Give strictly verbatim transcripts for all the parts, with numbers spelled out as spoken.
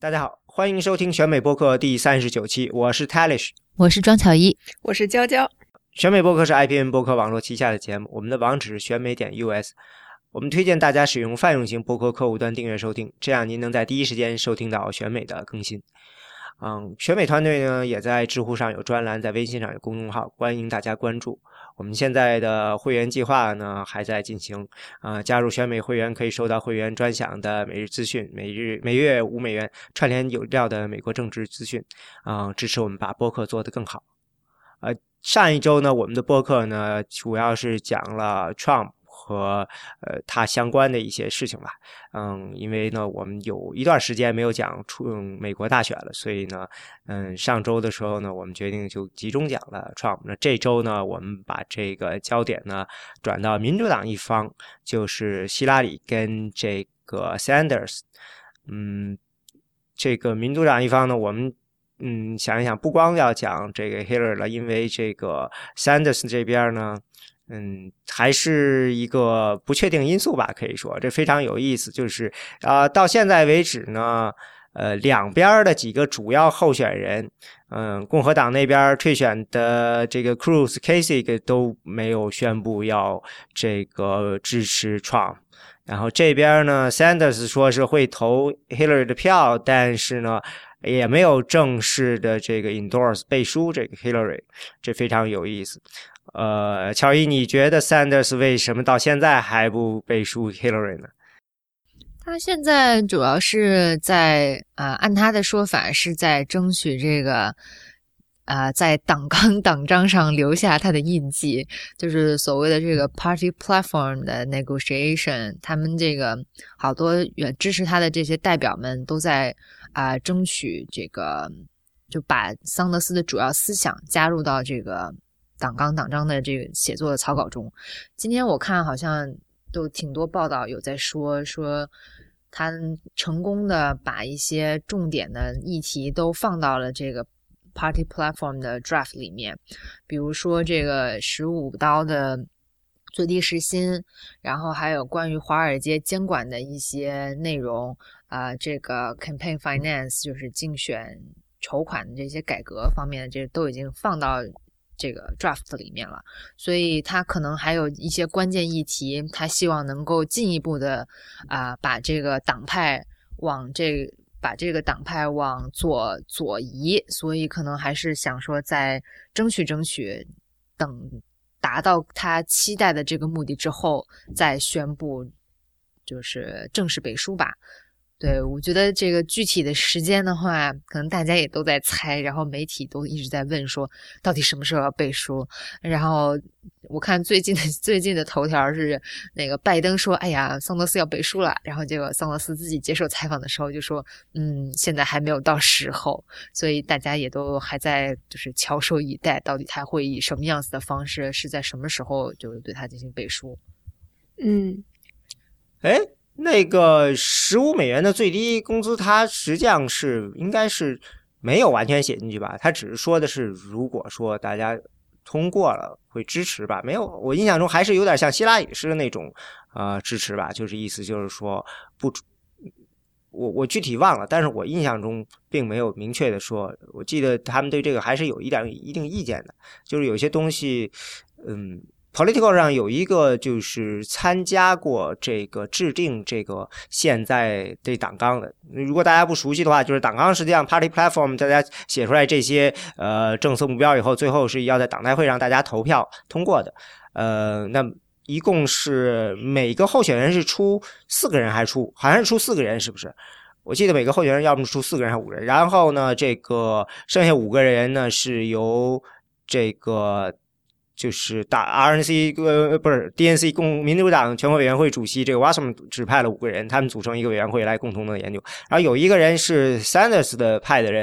大家好，欢迎收听选美播客第三十九期，我是 Talish， 我是庄巧一， 我是娇娇。 选美播客是 I P N 播客网络旗下的节目，我们的网址是选美点 U S。我们推荐大家使用泛用型播客客户端订阅收听，这样您能在第一时间收听到选美的更新。嗯，选美团队呢也在知乎上有专栏，在微信上有公众号，欢迎大家关注。我们现在的会员计划呢还在进行，呃，加入选美会员可以收到会员专享的每日资讯，每日每月五美元，串联有料的美国政治资讯，啊、呃，支持我们把播客做得更好。呃，上一周呢，我们的播客呢主要是讲了 Trump。和呃他相关的一些事情吧，嗯，因为呢我们有一段时间没有讲出、嗯、美国大选了，所以呢，嗯，上周的时候呢，我们决定就集中讲了 Trump。那这周呢，我们把这个焦点呢转到民主党一方，就是希拉里跟这个 Sanders。嗯，这个民主党一方呢，我们嗯想一想，不光要讲这个 Hillary 了，因为这个 Sanders 这边呢。嗯，还是一个不确定因素吧，可以说这非常有意思。就是啊、呃，到现在为止呢，呃，两边的几个主要候选人，嗯，共和党那边退选的这个 Cruz、Kasich 都没有宣布要这个支持 Trump。然后这边呢 ，Sanders 说是会投 Hillary 的票，但是呢，也没有正式的这个 endorse 背书这个 Hillary， 这非常有意思。呃，乔伊，你觉得 Sanders 为什么到现在还不背书 Hillary 呢？ 他现在主要是在啊、呃，按他的说法是在争取这个啊、呃，在党纲党章上留下他的印记，就是所谓的这个 party platform 的 negotiation。他们这个好多支持他的这些代表们都在啊、呃、争取这个，就把桑德斯的主要思想加入到这个党纲党章的这个写作的草稿中。今天我看好像都挺多报道有在说说他成功的把一些重点的议题都放到了这个 party platform 的 draft 里面，比如说这个十五刀的最低时薪，然后还有关于华尔街监管的一些内容啊、呃，这个 campaign finance 就是竞选筹款的这些改革方面的，这都已经放到这个 draft 里面了，所以他可能还有一些关键议题，他希望能够进一步的啊、呃，把这个党派往这把这个党派往左左移，所以可能还是想说再争取争取，等达到他期待的这个目的之后，再宣布就是正式背书吧。对，我觉得这个具体的时间的话，可能大家也都在猜，然后媒体都一直在问说，到底什么时候要背书？然后我看最近的最近的头条是那个拜登说，哎呀，桑德斯要背书了，然后结果桑德斯自己接受采访的时候就说，嗯，现在还没有到时候，所以大家也都还在就是翘首以待，到底他会以什么样子的方式，是在什么时候就对他进行背书？ 嗯， 哎。那个十五美元的最低工资，它实际上是应该是没有完全写进去吧？它只是说的是，如果说大家通过了会支持吧？没有，我印象中还是有点像希拉里式的那种呃支持吧，就是意思就是说不，我我具体忘了，但是我印象中并没有明确的说，我记得他们对这个还是有一点一定意见的，就是有些东西，嗯。Political 上有一个就是参加过这个制定这个现在这党纲的，如果大家不熟悉的话，就是党纲实际上 Party Platform 大家写出来这些呃政策目标以后，最后是要在党代会让大家投票通过的。呃，那一共是每个候选人是出四个人还是出，好像是出四个人，是不是？我记得每个候选人要么出四个人还是五个人，然后呢，这个剩下五个人呢是由这个。就是打 R N C 呃不是 D N C 共民主党全国委员会主席这个 Wasserman 指派了五个人，他们组成一个委员会来共同的研究。然后有一个人是 Sanders 的派的人，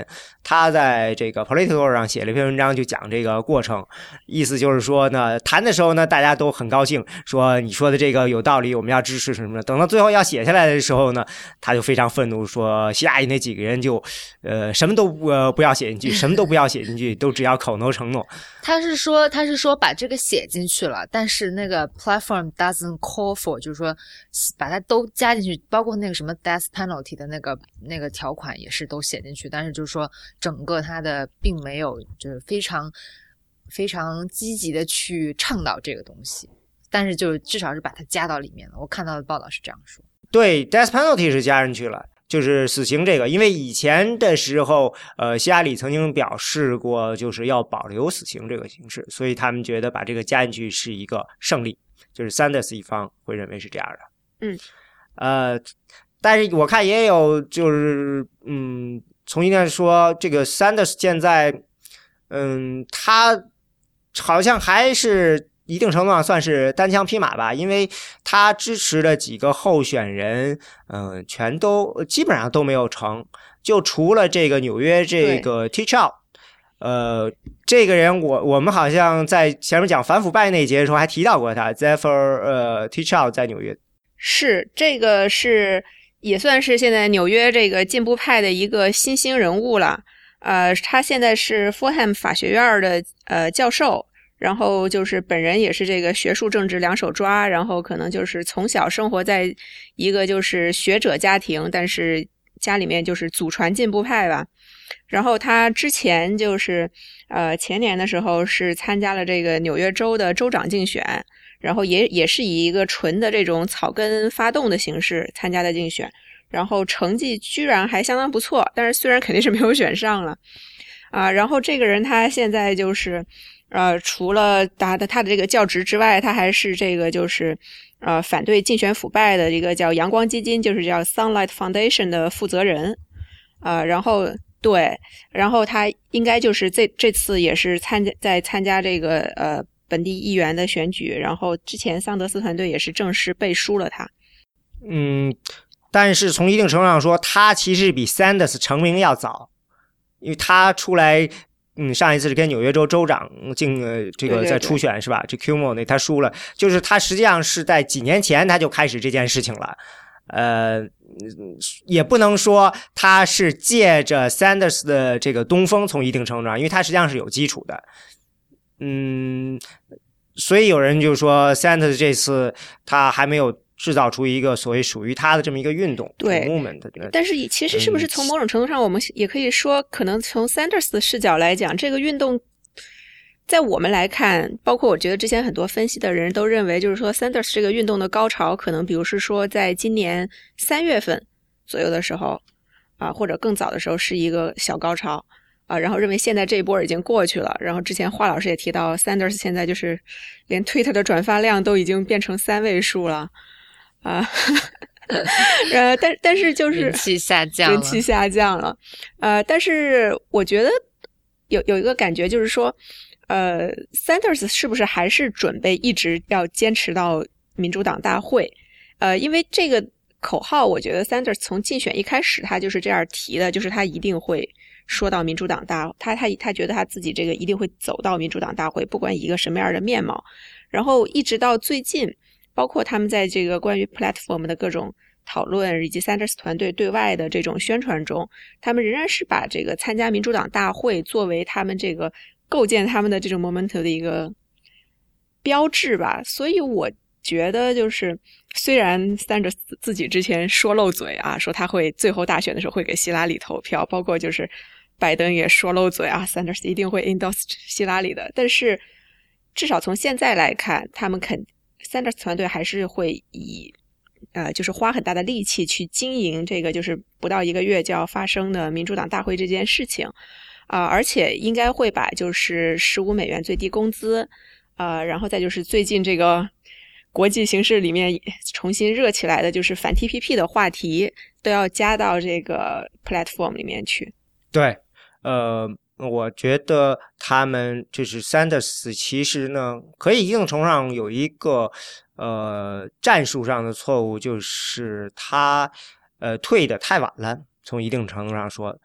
他在这个 Politico 上写了一篇文章，就讲这个过程，意思就是说呢，谈的时候呢，大家都很高兴，说你说的这个有道理，我们要支持什么的。等到最后要写下来的时候呢，他就非常愤怒，说希拉里那几个人就呃什么都不、呃、不要写进去，什么都不要写进去，都只要口头承诺。 他是说他是说把这个写进去了，但是那个 platform doesn't call for， 就是说把它都加进去，包括那个什么 death penalty 的那个那个条款也是都写进去，但是就是说整个它的并没有就是非常非常积极的去倡导这个东西，但是就至少是把它加到里面了。我看到的报道是这样说。 对 death penalty 是加进去了，就是死刑这个，因为以前的时候呃，希拉里曾经表示过就是要保留死刑这个形式，所以他们觉得把这个加进去是一个胜利，就是 Sanders 一方会认为是这样的。 嗯， 呃，但是我看也有就是嗯，从一点说这个 Sanders 现在嗯，他好像还是一定程度上算是单枪匹马吧，因为他支持的几个候选人嗯、呃，全都基本上都没有成，就除了这个纽约这个 Teachout， 呃，这个人我我们好像在前面讲反腐败那一节的时候还提到过他 Zephyr 呃 Teachout 在纽约。 是，这个是也算是现在纽约这个进步派的一个新兴人物了。呃，他现在是 Fordham 法学院的呃教授，然后就是本人也是这个学术政治两手抓，然后可能就是从小生活在一个就是学者家庭，但是家里面就是祖传进步派吧。然后他之前就是呃前年的时候是参加了这个纽约州的州长竞选，然后也也是以一个纯的这种草根发动的形式参加的竞选，然后成绩居然还相当不错，但是虽然肯定是没有选上了啊。然后这个人他现在就是呃除了他的他的这个教职之外，他还是这个就是呃反对竞选腐败的一个叫阳光基金，就是叫 Sunlight Foundation 的负责人啊、呃。然后对，然后他应该就是这这次也是参加在参加这个呃本地议员的选举，然后之前桑德斯团队也是正式背书了他。 嗯，但是从一定程度上说，他其实比 Sanders 成名要早，因为他出来，嗯，上一次是跟纽约州州长竞呃这个在初选是吧？这 Cuomo 那他输了，就是他实际上是在几年前他就开始这件事情了。呃，也不能说他是借着 Sanders 的这个东风，从一定程度上，因为他实际上是有基础的。嗯，所以有人就说 Sanders 这次他还没有制造出一个所谓属于他的这么一个运动， 对 movement。 但是其实是不是从某种程度上，我们也可以说，可能从 Sanders 的视角来讲，这个运动在我们来看，包括我觉得之前很多分析的人都认为，就是说 Sanders 这个运动的高潮，可能比如是说在今年三月份左右的时候啊，或者更早的时候是一个小高潮啊，然后认为现在这一波已经过去了。然后之前华老师也提到 Sanders 现在就是连 Twitter 的转发量都已经变成三位数了啊。呃，但但是就是人气下降了， 人气下降了。呃，但是我觉得有有一个感觉就是说，呃 ，Sanders 是不是还是准备一直要坚持到民主党大会？呃，因为这个口号，我觉得 Sanders 从竞选一开始他就是这样提的，就是他一定会说到民主党大，他他他觉得他自己这个一定会走到民主党大会，不管以一个什么样的面貌。然后一直到最近，包括他们在这个关于 platform 的各种讨论，以及 Sanders 团队对外的这种宣传中，他们仍然是把这个参加民主党大会作为他们这个构建他们的这种 momentum 的一个标志吧。所以我觉得就是虽然 Sanders 自己之前说漏嘴啊，说他会最后大选的时候会给希拉里投票，包括就是拜登也说漏嘴啊 Sanders 一定会 endorse 希拉里的，但是至少从现在来看，他们肯 Sanders 团队还是会以呃，就是花很大的力气去经营这个就是不到一个月就要发生的民主党大会这件事情啊、呃，而且应该会把就是十五美元最低工资呃，然后再就是最近这个国际形势里面重新热起来的就是反 T P P 的话题都要加到这个 platform 里面去。 对，呃我觉得他们就是 Sanders 其实呢可以一定程度上有一个呃战术上的错误，就是他呃退的太晚了，从一定程度上说。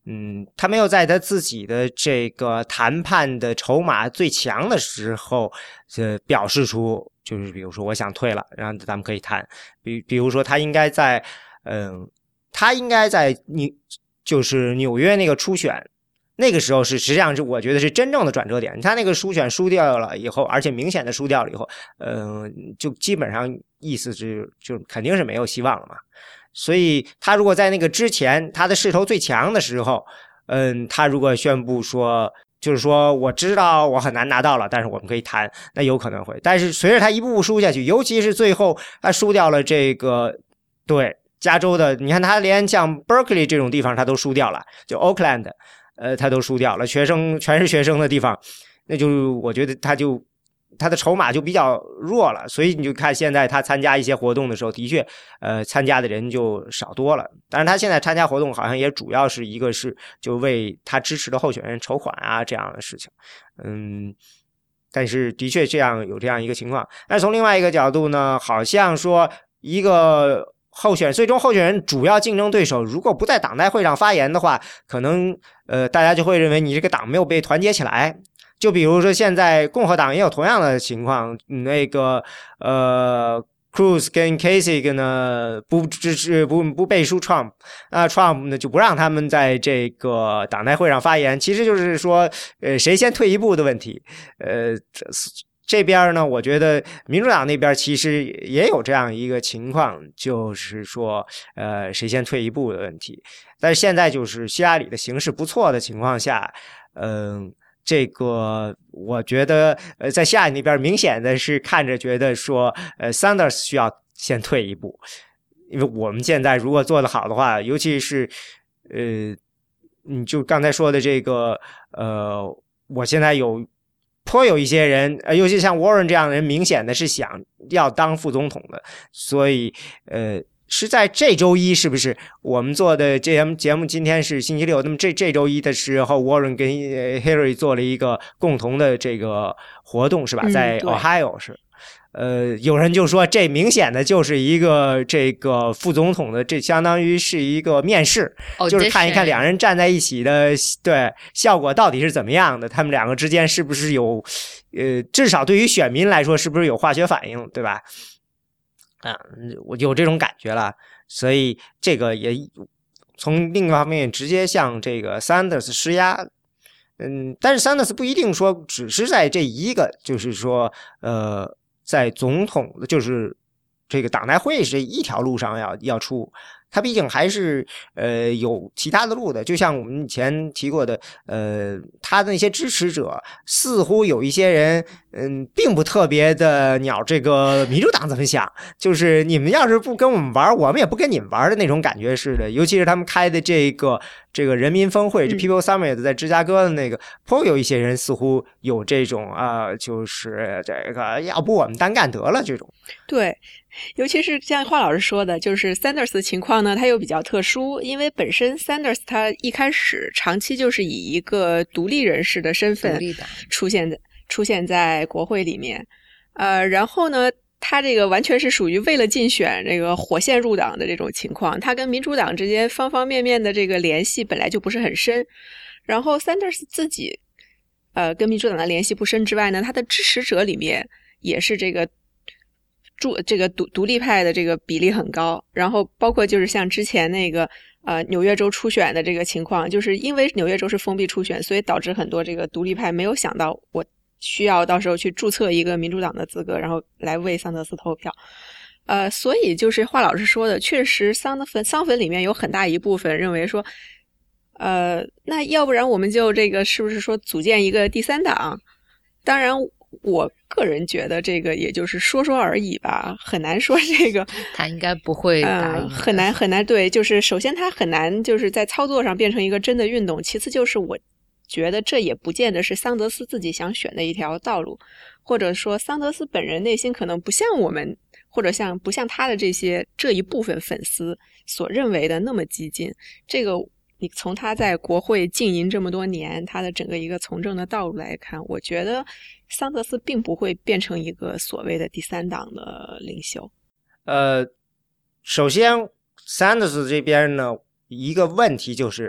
嗯，他没有在他自己的这个谈判的筹码最强的时候，呃，表示出就是比如说我想退了，然后咱们可以谈。比比如说他应该在，嗯、呃，他应该在纽就是纽约那个初选。那个时候是实际上是我觉得是真正的转折点，他那个初选输掉了以后，而且明显的输掉了以后，嗯、呃，就基本上意思是就肯定是没有希望了嘛。所以他如果在那个之前他的势头最强的时候，嗯，他如果宣布说就是说我知道我很难拿到了，但是我们可以谈，那有可能会。但是随着他一步步输下去，尤其是最后他输掉了这个对加州的，你看他连像 Berkeley 这种地方他都输掉了，就 Oakland。呃，他都输掉了，学生全是学生的地方，那就我觉得他就他的筹码就比较弱了，所以你就看现在他参加一些活动的时候，的确，呃，参加的人就少多了。当然，他现在参加活动好像也主要是一个是就为他支持的候选人筹款啊这样的事情，嗯，但是的确这样有这样一个情况。但是从另外一个角度呢，好像说一个。候选最终候选人主要竞争对手如果不在党代会上发言的话，可能呃大家就会认为你这个党没有被团结起来。就比如说现在共和党也有同样的情况，那个呃 Cruz 跟 Kasich 呢不支持不不背书 Trump， 那 Trump 呢就不让他们在这个党代会上发言，其实就是说呃谁先退一步的问题。呃这边呢，我觉得民主党那边其实也有这样一个情况，就是说，呃，谁先退一步的问题。但是现在就是希拉里的形势不错的情况下，嗯、呃，这个我觉得，呃，在希拉里那边明显的是看着觉得说，呃 ，Sanders 需要先退一步，因为我们现在如果做得好的话，尤其是，呃，你就刚才说的这个，呃，我现在有。颇有一些人，呃，尤其像 Warren 这样的人，明显的是想要当副总统的，所以，呃，是在这周一，是不是我们做的这节目节目今天是星期六？那么这这周一的时候 ，Warren 跟 Hillary 做了一个共同的这个活动，是吧？在 Ohio 是。呃，有人就说这明显的就是一个这个副总统的，这相当于是一个面试， oh, 就是看一看两人站在一起的对效果到底是怎么样的，他们两个之间是不是有，呃，至少对于选民来说是不是有化学反应，对吧？啊，我有这种感觉了，所以这个也从另一方面直接向这个 Sanders 施压。嗯，但是 Sanders 不一定说只是在这一个，就是说，呃。在总统就是这个党代会是一条路上要要出，他毕竟还是呃有其他的路的。就像我们以前提过的，呃，他的那些支持者似乎有一些人，嗯，并不特别的鸟这个民主党怎么想，就是你们要是不跟我们玩，我们也不跟你们玩的那种感觉似的。尤其是他们开的这个这个人民峰会，这 People Summit 在芝加哥的那个，颇有一些人似乎有这种啊、呃，就是这个要不我们单干得了这种。 对。尤其是像华老师说的，就是 Sanders 的情况呢，他又比较特殊，因为本身 Sanders 他一开始长期就是以一个独立人士的身份出现在出现在国会里面，呃，然后呢，他这个完全是属于为了竞选这个火线入党的这种情况，他跟民主党之间方方面面的这个联系本来就不是很深，然后 Sanders 自己呃跟民主党的联系不深之外呢，他的支持者里面也是这个。驻这个独独立派的这个比例很高，然后包括就是像之前那个呃纽约州初选的这个情况，就是因为纽约州是封闭初选，所以导致很多这个独立派没有想到我需要到时候去注册一个民主党的资格，然后来为桑德斯投票。呃，所以就是华老师说的，确实桑德粉桑粉里面有很大一部分认为说，呃，那要不然我们就这个是不是说组建一个第三党？当然。我个人觉得这个也就是说说而已吧，很难说这个他应该不会答应、呃、 很难很难对，就是首先他很难就是在操作上变成一个真的运动，其次就是我觉得这也不见得是桑德斯自己想选的一条道路，或者说桑德斯本人内心可能不像我们或者像不像他的这些这一部分粉丝所认为的那么激进，这个你从他在国会经营这么多年，他的整个一个从政的道路来看，我觉得桑德斯并不会变成一个所谓的第三党的领袖。 呃，首先桑德斯这边呢，一个问题就是，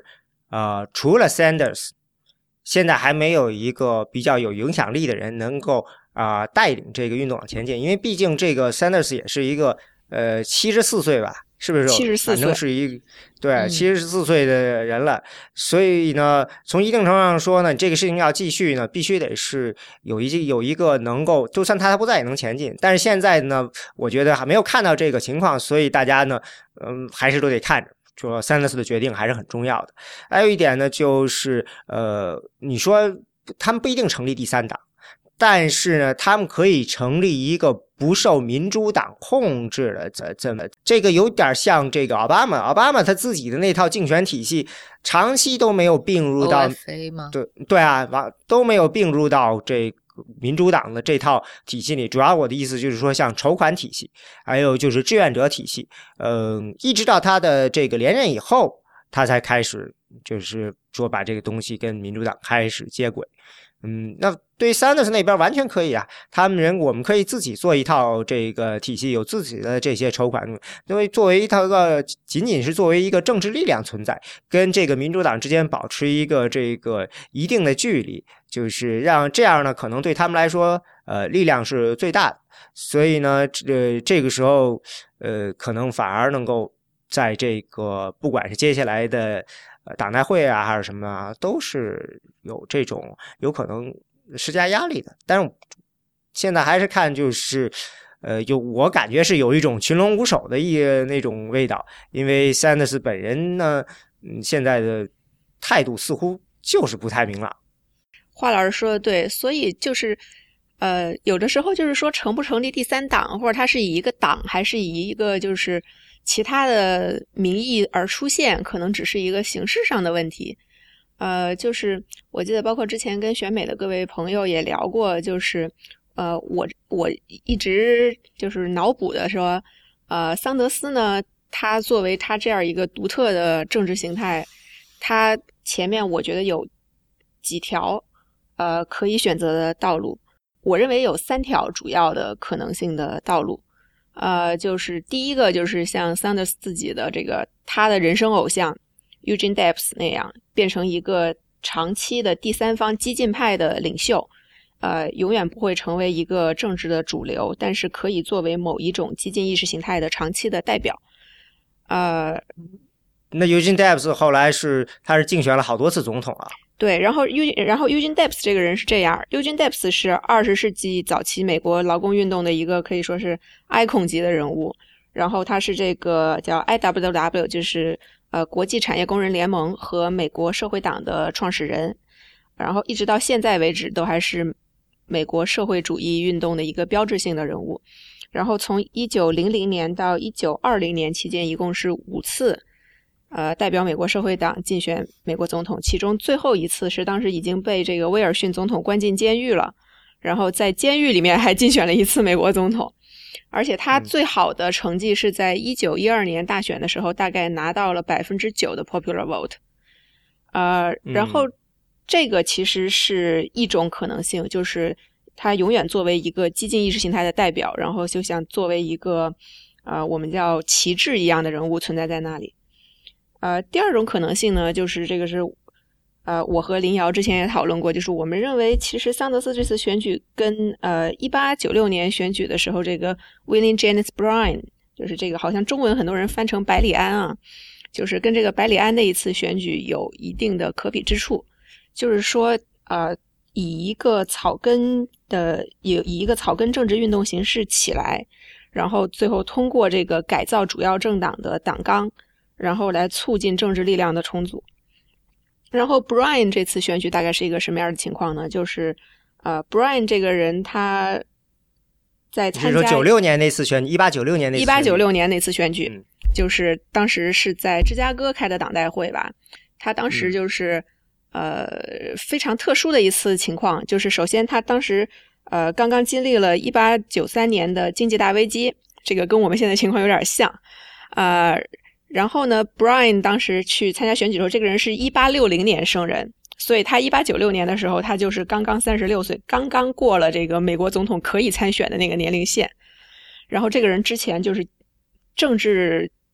呃，除了 Sanders， 现在还没有一个比较有影响力的人能够啊、呃、带领这个运动往前进，因为毕竟这个 Sanders 也是一个呃七十四岁吧。是不是？ 七十四岁， 反正是一对七十四岁的人了、嗯。所以呢，从一定程度上说呢，这个事情要继续呢，必须得是有一有一个能够，就算他不在也能前进。但是现在呢，我觉得还没有看到这个情况，所以大家呢，嗯，还是都得看着。说三德斯的决定还是很重要的。还有一点呢，就是呃，你说他们不一定成立第三党。但是呢，他们可以成立一个不受民主党控制的这这么这个有点像这个奥巴马，奥巴马他自己的那套竞选体系，长期都没有并入到 O F A 吗？ 对对啊，都没有并入到这个民主党的这套体系里。主要我的意思就是说，像筹款体系，还有就是志愿者体系，嗯、呃，一直到他的这个连任以后，他才开始就是说把这个东西跟民主党开始接轨。嗯，那对桑德斯那边完全可以啊，他们人我们可以自己做一套这个体系，有自己的这些筹款，因为作为一套个仅仅是作为一个政治力量存在，跟这个民主党之间保持一个这个一定的距离，就是让这样呢，可能对他们来说，呃，力量是最大的，所以呢，呃，这个时候，呃，可能反而能够在这个不管是接下来的。呃，党代会啊，还是什么啊，都是有这种有可能施加压力的。但是现在还是看就是，呃，有我感觉是有一种群龙无首的一那种味道，因为桑德斯本人呢，嗯，现在的态度似乎就是不太明朗。 华老师说的对，所以就是呃，有的时候就是说成不成立第三党，或者他是以一个党，还是以一个就是其他的名义而出现，可能只是一个形式上的问题。呃，就是我记得包括之前跟选美的各位朋友也聊过，就是呃，我我一直就是脑补的说，呃，桑德斯呢，他作为他这样一个独特的政治形态，他前面我觉得有几条呃可以选择的道路。我认为有三条主要的可能性的道路。呃，就是第一个就是像 Sanders 自己的这个他的人生偶像 Eugene Debs 那样，变成一个长期的第三方激进派的领袖，呃，永远不会成为一个政治的主流，但是可以作为某一种激进意识形态的长期的代表。呃， 那 Eugene Debs 后来是他是竞选了好多次总统啊。 对，然后 Eugene 然后 Eugene Debs 这个人是这样 ，Eugene Debs 是二十世纪早期美国劳工运动的一个可以说是 icon 级的人物，然后他是这个叫 I W W， 就是呃国际产业工人联盟和美国社会党的创始人，然后一直到现在为止都还是美国社会主义运动的一个标志性的人物。然后从一九零零年到一九二零年期间，一共是五次。呃，代表美国社会党竞选美国总统，其中最后一次是当时已经被这个威尔逊总统关进监狱了，然后在监狱里面还竞选了一次美国总统，而且他最好的成绩是在一九一二年大选的时候，大概拿到了百分之九的 popular vote， 呃，然后这个其实是一种可能性，就是他永远作为一个激进意识形态的代表，然后就像作为一个呃我们叫旗帜一样的人物存在在那里。呃，第二种可能性呢，就是这个是，呃，我和林瑶之前也讨论过，就是我们认为其实桑德斯这次选举跟呃一八九六年选举的时候这个 William Jennings Bryan， 就是这个好像中文很多人翻成百里安啊，就是跟这个百里安那一次选举有一定的可比之处，就是说呃以一个草根的以以一个草根政治运动形式起来，然后最后通过这个改造主要政党的党纲。然后来促进政治力量的重组。然后 Bryan 这次选举大概是一个什么样的情况呢？就是呃 Bryan 这个人他在参加就是说九六年那次选举，一八九六年那次一八九六年那次选举、 嗯、 就是当时是在芝加哥开的党代会吧。他当时就是、嗯、呃非常特殊的一次情况，就是首先他当时呃刚刚经历了一八九三年的经济大危机，这个跟我们现在情况有点像呃然后呢 Bryan 当时去参加选举的时候，这个人是一八六零年生人，所以他一八九六年的时候他就是刚刚三十六岁，刚刚过了这个美国总统可以参选的那个年龄线。然后这个人之前就是政治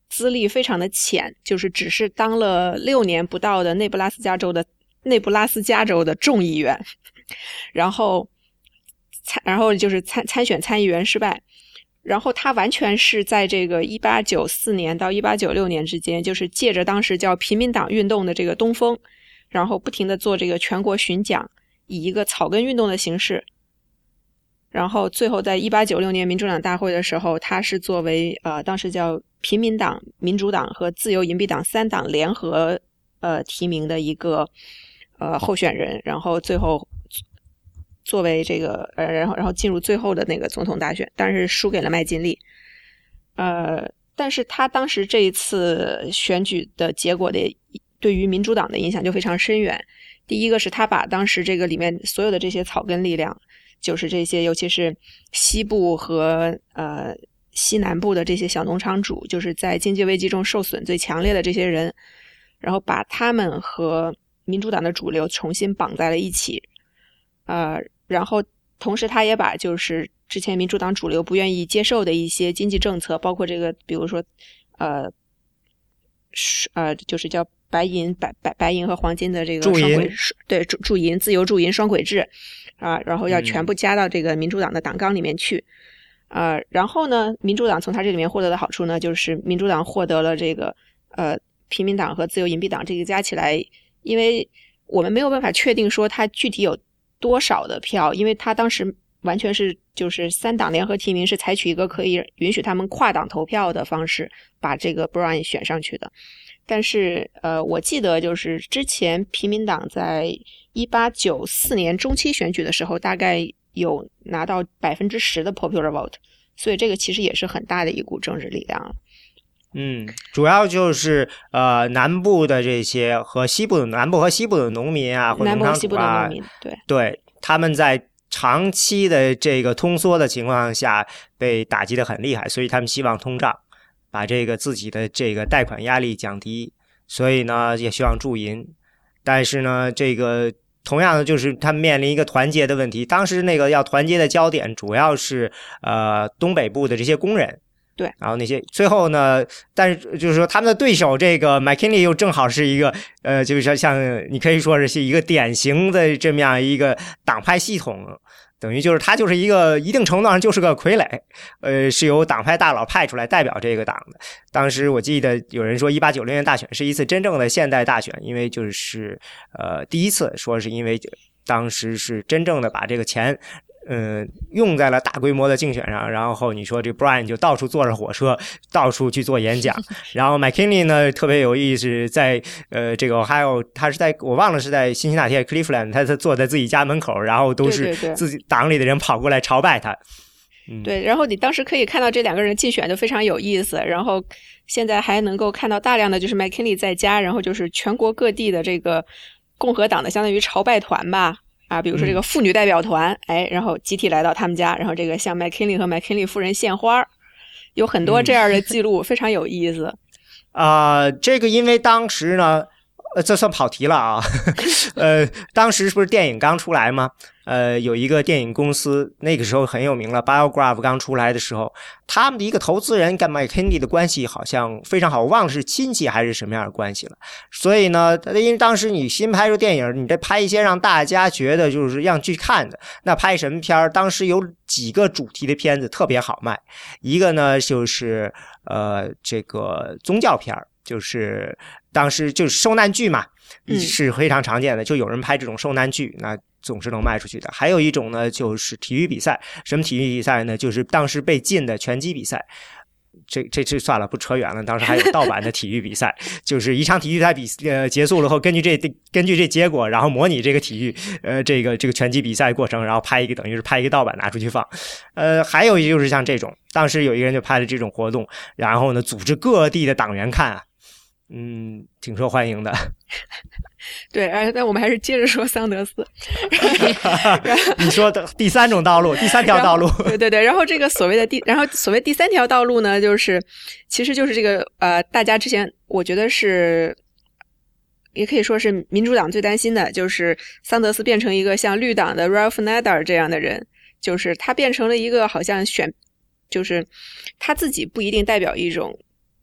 资历非常的浅，就是只是当了六年不到的内布拉斯加州的内布拉斯加州的众议员，然后参然后就是参参选参议员失败，然后他完全是在这个一八九四年到一八九六年之间，就是借着当时叫平民党运动的这个东风，然后不停地做这个全国巡讲，以一个草根运动的形式。然后最后在一八九六年民主党大会的时候，他是作为呃当时叫平民党、民主党和自由银币党三党联合呃提名的一个呃候选人，然后最后作为这个呃然后然后进入最后的那个总统大选，但是输给了麦金利。呃但是他当时这一次选举的结果的对于民主党的影响就非常深远。第一个是他把当时这个里面所有的这些草根力量，就是这些尤其是西部和呃西南部的这些小农场主，就是在经济危机中受损最强烈的这些人，然后把他们和民主党的主流重新绑在了一起。呃然后同时他也把就是之前民主党主流不愿意接受的一些经济政策，包括这个比如说呃呃就是叫白银白白白银和黄金的这个双轨，对驻驻银自由驻银双轨制啊，然后要全部加到这个民主党的党纲里面去。呃然后呢民主党从他这里面获得的好处呢，就是民主党获得了这个呃平民党和自由银币党这个加起来，因为我们没有办法确定说他具体有多少的票，因为他当时完全是就是三党联合提名，是采取一个可以允许他们跨党投票的方式把这个 Bryan 选上去的。但是呃我记得就是之前平民党在一八九四年中期选举的时候大概有拿到 百分之十 的 popular vote， 所以这个其实也是很大的一股政治力量了。 嗯，主要就是呃南部的这些和西部的南部和西部的农民啊，或者农场主啊， 南部和西部的农民，对对，他们在长期的这个通缩的情况下被打击得很厉害，所以他们希望通胀，把这个自己的这个贷款压力降低，所以呢也希望驻银。但是呢这个同样的就是他们面临一个团结的问题，当时那个要团结的焦点主要是呃东北部的这些工人。 对， 然后那些最后呢，但是就是说他们的对手这个 McKinley 又正好是一个呃，就是像你可以说是是一个典型的这么样一个党派系统，等于就是他就是一个一定程度上就是个傀儡，呃，是由党派大佬派出来代表这个党的。当时我记得有人说一八九六年大选是一次真正的现代大选，因为就是呃第一次说是因为当时是真正的把这个钱嗯，用在了大规模的竞选上，然后你说这 Bryan 就到处坐着火车，到处去做演讲，然后 McKinley 呢特别有意思，在呃这个还有他是在我忘了是在辛辛那提 Cleveland， 他他坐在自己家门口，然后都是自己党里的人跑过来朝拜他。 对对对、嗯、对，然后你当时可以看到这两个人竞选就非常有意思，然后现在还能够看到大量的就是 McKinley 在家，然后就是全国各地的这个共和党的相当于朝拜团吧。啊，比如说这个妇女代表团、嗯、哎，然后集体来到他们家，然后这个向 McKinley 和 McKinley 夫人献花，有很多这样的记录、嗯、非常有意思。 啊、呃，这个因为当时呢呃，这算跑题了啊。呃，当时不是电影刚出来吗？呃，有一个电影公司那个时候很有名了 ，Biograph 刚出来的时候，他们的一个投资人跟 McKinley 的关系好像非常好，我忘了是亲戚还是什么样的关系了。所以呢，因为当时你新拍出电影，你得拍一些让大家觉得就是让去看的。那拍什么片儿？当时有几个主题的片子特别好卖，一个呢就是呃这个宗教片儿。就是当时就是受难剧嘛，是非常常见的，就有人拍这种受难剧，那总是能卖出去的。还有一种呢，就是体育比赛。什么体育比赛呢？就是当时被禁的拳击比赛。这这这算了，不扯远了。当时还有盗版的体育比赛，就是一场体育赛比呃结束了后，根据这根据这结果，然后模拟这个体育呃这个这个拳击比赛过程，然后拍一个等于是拍一个盗版拿出去放。呃，还有就是像这种，当时有一个人就拍了这种活动，然后呢组织各地的党员看啊。嗯，挺受欢迎的。 对，而但我们还是接着说桑德斯。 你说的第三种道路，第三条道路。 对对对，然后这个所谓的第，然后所谓第三条道路呢，就是其实就是这个呃，大家之前我觉得是，也可以说是民主党最担心的，就是桑德斯变成一个像绿党的 Ralph Nader 这样的人，就是他变成了一个好像选，就是他自己不一定代表一种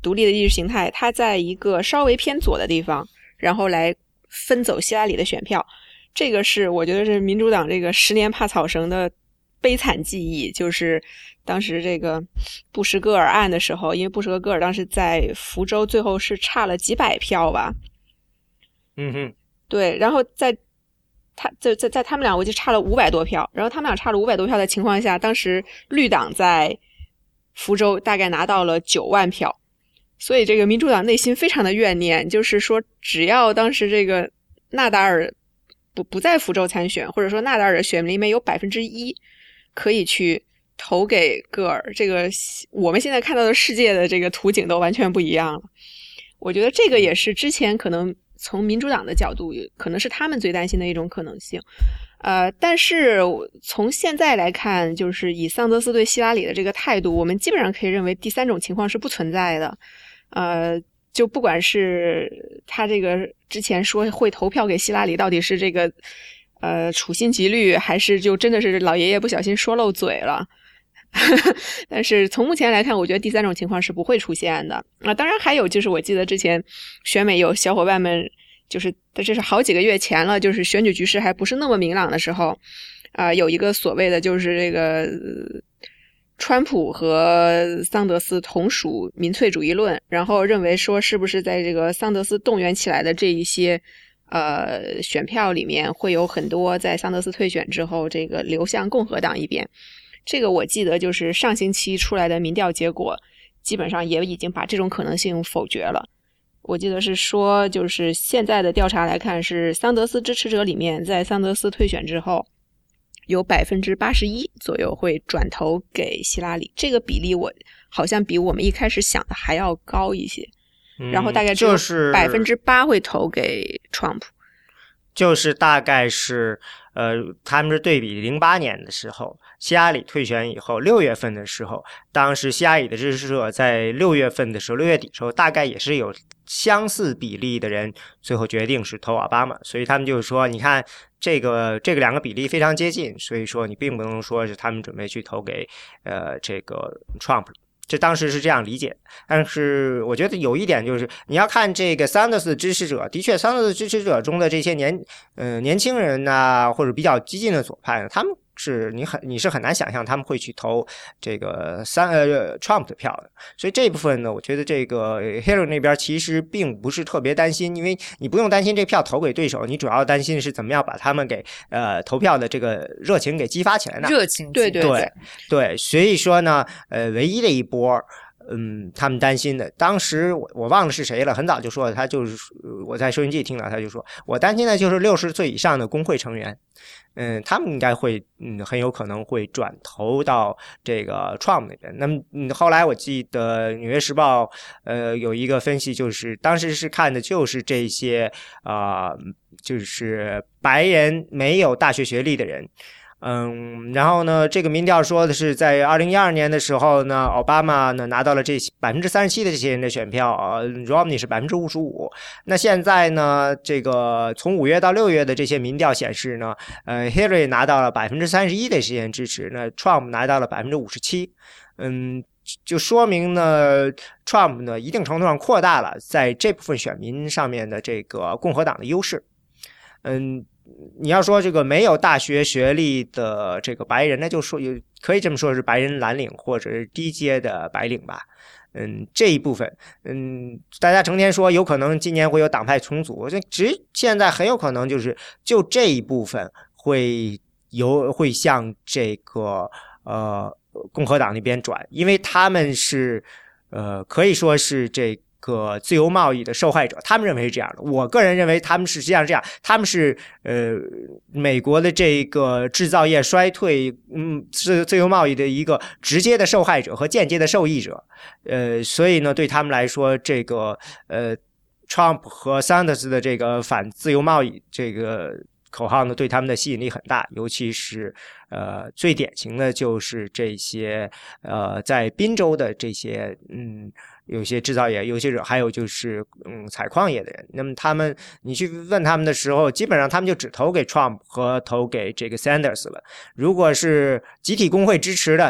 独立的意识形态，它在一个稍微偏左的地方，然后来分走希拉里的选票。这个是我觉得是民主党这个十年怕草绳的悲惨记忆，就是当时这个布什戈尔案的时候，因为布什戈尔当时在福州最后是差了几百票吧。 嗯哼， 对，然后在他在在在他们俩我就差了五百多票，然后他们俩差了五百多票的情况下，当时绿党在福州大概拿到了九万票，所以这个民主党内心非常的怨念，就是说只要当时这个纳达尔不不在福州参选，或者说纳达尔的选民里面有百分之一可以去投给戈尔，这个我们现在看到的世界的这个图景都完全不一样了。我觉得这个也是之前可能从民主党的角度可能是他们最担心的一种可能性。呃，但是从现在来看，就是以桑德斯对希拉里的这个态度，我们基本上可以认为第三种情况是不存在的。呃，就不管是他这个之前说会投票给希拉里，到底是这个呃处心积虑，还是就真的是老爷爷不小心说漏嘴了。但是从目前来看，我觉得第三种情况是不会出现的。啊，当然还有就是我记得之前选美有小伙伴们就是这是好几个月前了，就是选举局势还不是那么明朗的时候啊、呃，有一个所谓的就是这个、呃、川普和桑德斯同属民粹主义论，然后认为说是不是在这个桑德斯动员起来的这一些呃选票里面会有很多在桑德斯退选之后这个流向共和党一边。这个我记得就是上星期出来的民调结果基本上也已经把这种可能性否决了。我记得是说就是现在的调查来看，是桑德斯支持者里面在桑德斯退选之后有 百分之八十一 左右会转投给希拉里，这个比例我好像比我们一开始想的还要高一些、嗯、然后大概只有 百分之八 会投给 Trump， 就是大概是呃，他们是对比零八年的时候，希拉里退选以后，六月份的时候，当时希拉里的支持者在六月份的时候，六月底的时候，大概也是有相似比例的人最后决定是投奥巴马，所以他们就是说，你看这个这个两个比例非常接近，所以说你并不能说是他们准备去投给呃这个 Trump。这当时是这样理解，但是我觉得有一点就是，你要看这个桑德斯支持者，的确，桑德斯支持者中的这些年，呃，年轻人呐、啊，或者比较激进的左派，他们是你很你是很难想象他们会去投这个三呃 Trump 的票的，所以这一部分呢，我觉得这个 Hillary 那边其实并不是特别担心，因为你不用担心这票投给对手，你主要担心是怎么样把他们给呃投票的这个热情给激发起来呢？ 热情， 对对对对，所以说呢，呃，唯一的一波。嗯，他们担心的，当时我我忘了是谁了，很早就说了，他就是我在收音机听到，他就说，我担心的就是六十岁以上的工会成员，嗯，他们应该会，嗯，很有可能会转投到这个 Trump 那边。那么，嗯，后来我记得《纽约时报》呃有一个分析，就是当时是看的就是这些啊、呃，就是白人没有大学学历的人。嗯，然后呢，这个民调说的是在二零一二年的时候呢，奥巴马呢拿到了这 百分之三十七 的这些人的选票，呃 Romney 是 百分之五十五。那现在呢，这个从五月到六月的这些民调显示呢，呃 Hillary 拿到了 百分之三十一 的这些人支持，那 Trump 拿到了 百分之五十七。嗯，就说明呢 Trump 呢一定程度上扩大了在这部分选民上面的这个共和党的优势。嗯。你要说这个没有大学学历的这个白人，那就说有可以这么说是白人蓝领或者是低阶的白领吧。嗯，这一部分，嗯，大家成天说有可能今年会有党派重组，这只现在很有可能就是就这一部分会有会向这个呃共和党那边转，因为他们是呃可以说是这个。个自由贸易的受害者，他们认为是这样的。我个人认为他们实际上是这样，他们是呃美国的这个制造业衰退，嗯，自自由贸易的一个直接的受害者和间接的受益者。呃，所以呢，对他们来说，这个呃 Trump 和 Sanders 的这个反自由贸易这个口号呢，对他们的吸引力很大，尤其是呃最典型的就是这些呃在宾州的这些嗯。有些制造业，有些还有就是嗯采矿业的人，那么他们你去问他们的时候，基本上他们就只投给 Trump 和投给这个 Sanders 了。如果是集体工会支持的，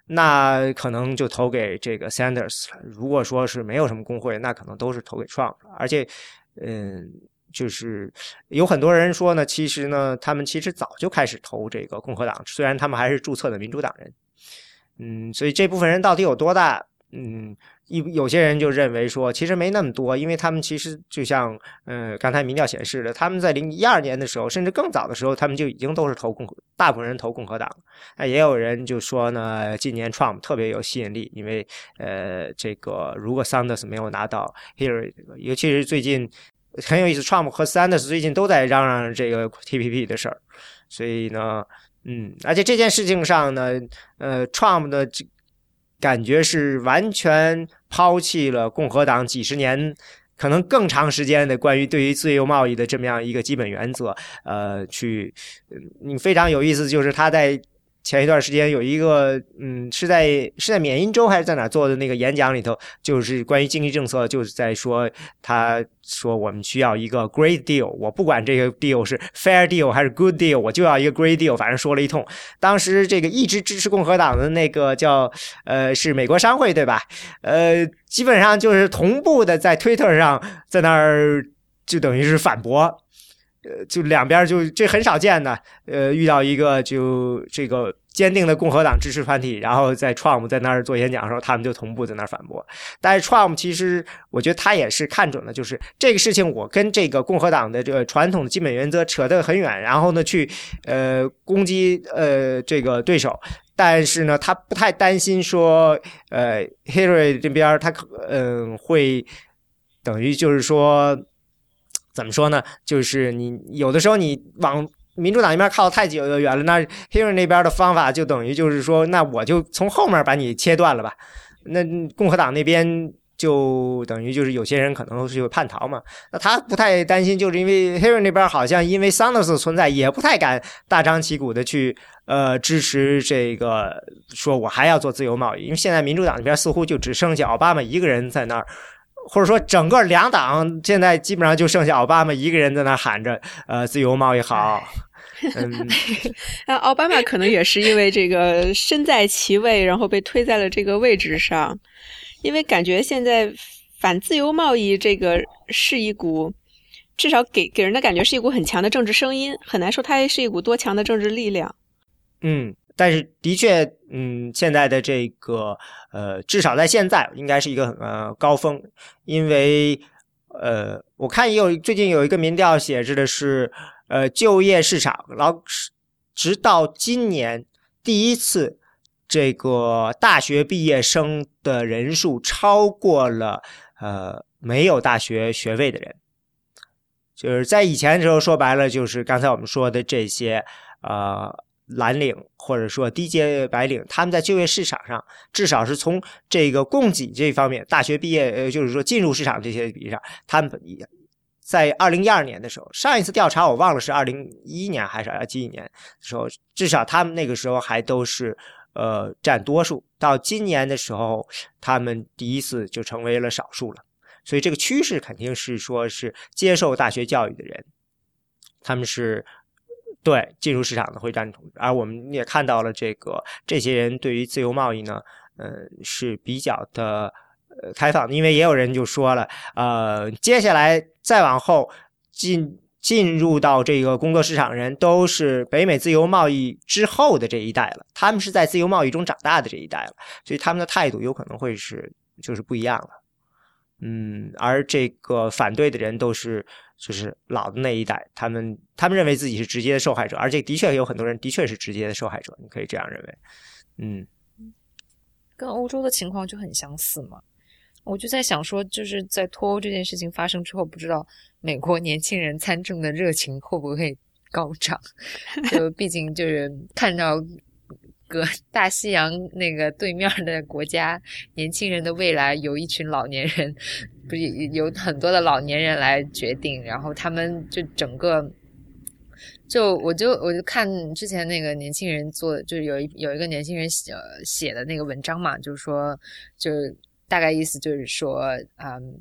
那可能就投给这个 Sanders 了。如果说是没有什么工会，那可能都是投给 Trump 了。而且，嗯，就是有很多人说呢，其实呢，他们其实早就开始投这个共和党，虽然他们还是注册的民主党人。嗯，所以这部分人到底有多大？嗯，一有些人就认为说，其实没那么多，因为他们其实就像，呃，刚才民调显示的，他们在零一二年的时候，甚至更早的时候，他们就已经都是投共和，大部分人投共和党。那也有人就说呢，今年 Trump 特别有吸引力，因为呃，这个如果 Sanders 没有拿到 Hillary 这个，尤其是最近很有意思 ，Trump 和 Sanders 最近都在嚷嚷这个 T P P 的事儿，所以呢，嗯，而且这件事情上呢，呃 ，Trump 的这感觉是完全抛弃了共和党几十年可能更长时间的关于对于自由贸易的这么样一个基本原则，呃，去，你非常有意思，就是他在前一段时间有一个，嗯，是在是在缅因州还是在哪做的那个演讲里头，就是关于经济政策，就是在说，他说我们需要一个 great deal， 我不管这个 deal 是 fair deal 还是 good deal， 我就要一个 great deal， 反正说了一通。当时这个一直支持共和党的那个叫呃是美国商会对吧？呃，基本上就是同步的在 Twitter 上在那儿就等于是反驳。呃，就两边就这很少见的，呃，遇到一个就这个坚定的共和党支持团体，然后在 Trump 在那儿做演讲的时候，他们就同步在那儿反驳。但是 Trump 其实我觉得他也是看准了，就是这个事情我跟这个共和党的这个传统的基本原则扯得很远，然后呢去呃攻击呃这个对手。但是呢，他不太担心说，呃 ，Hillary 这边他嗯、呃、会等于就是说。怎么说呢？就是你有的时候你往民主党那边靠太久远了，那 Hillary 那边的方法就等于就是说，那我就从后面把你切断了吧。那共和党那边就等于就是有些人可能是有叛逃嘛。那他不太担心，就是因为 Hillary 那边好像因为 Sanders 的存在，也不太敢大张旗鼓的去呃支持这个，说我还要做自由贸易，因为现在民主党那边似乎就只剩下奥巴马一个人在那儿。或者说整个两党现在基本上就剩下奥巴马一个人在那喊着呃自由贸易好。嗯， 奥巴马可能也是因为这个身在其位，然后被推在了这个位置上，因为感觉现在反自由贸易这个是一股，至少给给人的感觉是一股很强的政治声音，很难说它是一股多强的政治力量。 嗯，但是的确，嗯，现在的这个呃，至少在现在应该是一个呃高峰，因为呃，我看也有最近有一个民调写着的是，呃，就业市场，然后直到今年第一次，这个大学毕业生的人数超过了呃没有大学学位的人，就是在以前的时候说白了，就是刚才我们说的这些呃。蓝领或者说低阶白领，他们在就业市场上，至少是从这个供给这方面，大学毕业，呃，就是说进入市场这些比上，他们在二零一二年的时候，上一次调查我忘了是二零一一年还是二零一一年的时候，至少他们那个时候还都是呃占多数。到今年的时候，他们第一次就成为了少数了。所以这个趋势肯定是说是接受大学教育的人，他们是。对进入市场的会占统治，而我们也看到了这个这些人对于自由贸易呢，呃是比较的呃开放的，因为也有人就说了，呃接下来再往后进进入到这个工作市场人都是北美自由贸易之后的这一代了，他们是在自由贸易中长大的这一代了，所以他们的态度有可能会是就是不一样了。嗯，而这个反对的人都是就是老的那一代，他们他们认为自己是直接的受害者，而且的确有很多人的确是直接的受害者，你可以这样认为。嗯， 跟欧洲的情况就很相似嘛。我就在想说，就是在脱欧这件事情发生之后，不知道美国年轻人参政的热情会不会高涨？就毕竟就是看到。隔大西洋那个对面的国家，年轻人的未来由一群老年人，不是有很多的老年人来决定，然后他们就整个，就我就我就看之前那个年轻人做，就是有一有一个年轻人写写的那个文章嘛，就是说，就大概意思就是说，嗯。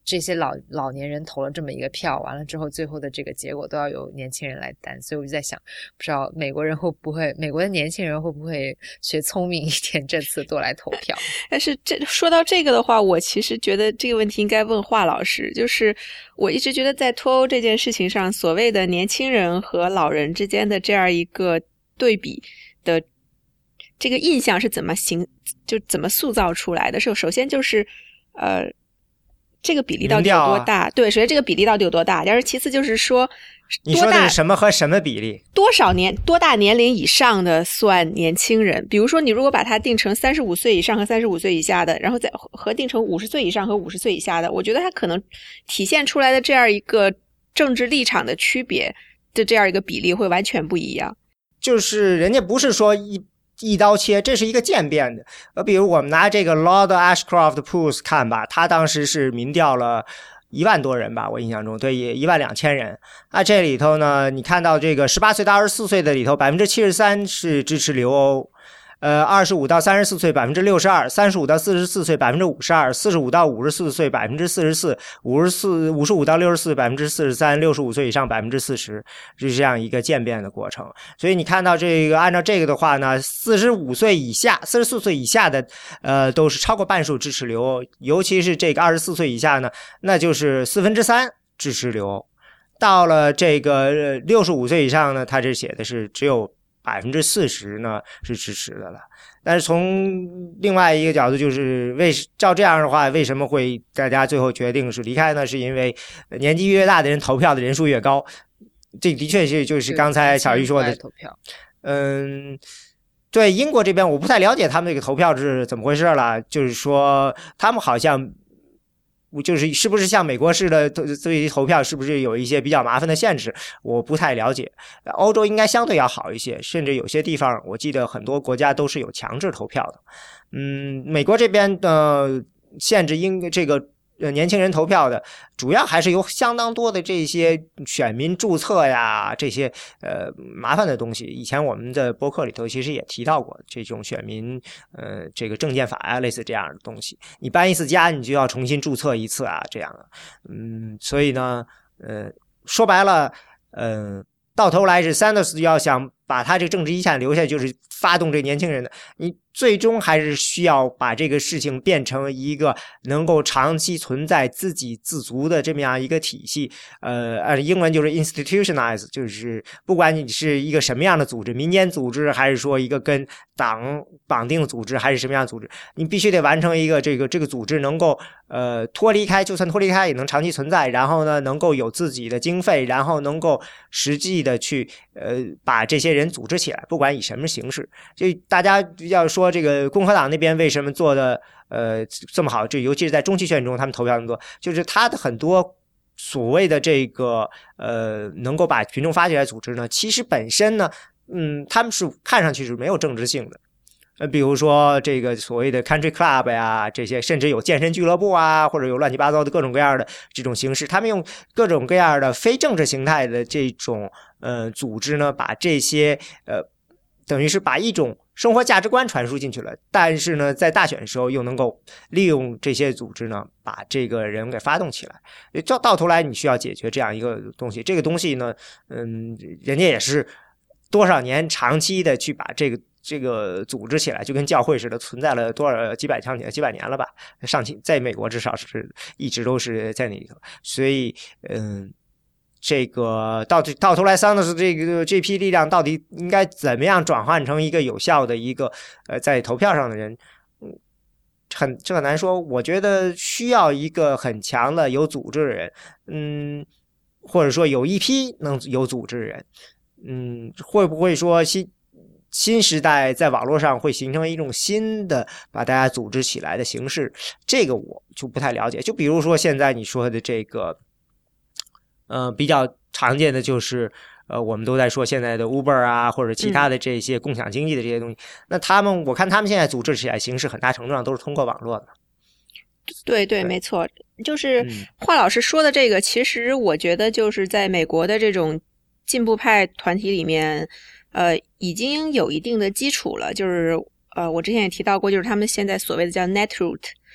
这些老老年人投了这么一个票，完了之后最后的这个结果都要由年轻人来担，所以我就在想，不知道美国人会不会，美国的年轻人会不会学聪明一点，这次多来投票。 但是这说到这个的话，我其实觉得这个问题应该问华老师，就是我一直觉得在脱欧这件事情上，所谓的年轻人和老人之间的这样一个对比的这个印象是怎么形，就怎么塑造出来的？是首先就是呃。这个比例到底有多大？啊、对，首先这个比例到底有多大？但是其次就是说， 你说的是什么和什么比例？ 多少年多大年龄以上的算年轻人？比如说，你如果把它定成三十五岁以上和三十五岁以下的，然后再核定成五十岁以上和五十岁以下的，我觉得它可能体现出来的这样一个政治立场的区别的这样一个比例会完全不一样。 就是人家不是说一。一刀切，这是一个渐变的。呃，比如我们拿这个 Lord Ashcroft Pool's 看吧，他当时是民调了一万多人吧，我印象中，对，也一万两千人。那这里头呢，你看到这个十八岁到二十四岁的里头，百分之七十三是支持留欧。呃，二十五到三十四岁百分之六十二，三十五到四十四岁百分之五十二，四十五到五十四岁百分之四十四，五十四五十五到六十四百分之四十三，六十五岁以上百分之四十，是这样一个渐变的过程。所以你看到这个，按照这个的话呢，四十五岁以下、四十四岁以下的，呃，都是超过半数支持留欧，尤其是这个二十四岁以下呢，那就是四分之三支持留欧。到了这个六十五岁以上呢，他这写的是只有。百分之四十呢是支持的了，但是从另外一个角度，就是为照这样的话，为什么会大家最后决定是离开呢？是因为年纪越大的人投票的人数越高，这的确是就是刚才小玉说的投票。 嗯，对，英国这边我不太了解他们这个投票是怎么回事了，就是说他们好像。就是是不是像美国式的对于投票是不是有一些比较麻烦的限制，我不太了解。欧洲应该相对要好一些，甚至有些地方我记得很多国家都是有强制投票的。嗯，美国这边的限制应这个呃年轻人投票的主要还是有相当多的这些选民注册呀，这些呃麻烦的东西。以前我们的播客里头其实也提到过这种选民呃这个证件法啊，类似这样的东西。你搬一次家，你就要重新注册一次啊，这样的。嗯，所以呢，呃，说白了，嗯、呃，到头来是 Sanders 要想把他这个政治遗产留下，就是发动这年轻人的。你最终还是需要把这个事情变成一个能够长期存在、自给自足的这么样一个体系。呃，按英文就是 institutionalize， 就是不管你是一个什么样的组织，民间组织还是说一个跟党绑定的组织，还是什么样的组织，你必须得完成一个这个这个组织能够呃脱离开，就算脱离开也能长期存在，然后呢能够有自己的经费，然后能够实际的去呃把这些人组织起来，不管以什么形式。就大家要说这个共和党那边为什么做的呃这么好，就尤其是在中期选中他们投票那么多，就是他的很多所谓的这个呃能够把群众发起来组织呢，其实本身呢嗯他们是看上去是没有政治性的。呃，比如说这个所谓的 country club 呀，这些甚至有健身俱乐部啊，或者有乱七八糟的各种各样的这种形式，他们用各种各样的非政治形态的这种呃组织呢，把这些呃等于是把一种生活价值观传输进去了，但是呢，在大选的时候又能够利用这些组织呢，把这个人给发动起来。到到头来，你需要解决这样一个东西。这个东西呢，嗯，人家也是多少年长期的去把这个这个组织起来，就跟教会似的，存在了多少几百上年几百年了吧？上期在美国至少是一直都是在那里头，所以嗯。这个到到头来 Sanders 这个这批力量到底应该怎么样转换成一个有效的一个呃在投票上的人，嗯，很这很难说。我觉得需要一个很强的有组织的人，嗯，或者说有一批能有组织的人，嗯，会不会说新新时代在网络上会形成一种新的把大家组织起来的形式？这个我就不太了解。就比如说现在你说的这个。呃，比较常见的就是，呃，我们都在说现在的 Uber 啊，或者其他的这些共享经济的这些东西。嗯、那他们，我看他们现在组织起来形式很大程度上都是通过网络的。 对对，没错，就是华老师说的这个，其实我觉得就是在美国的这种进步派团体里面，呃，已经有一定的基础了。就是呃，我之前也提到过，就是他们现在所谓的叫 Netroot。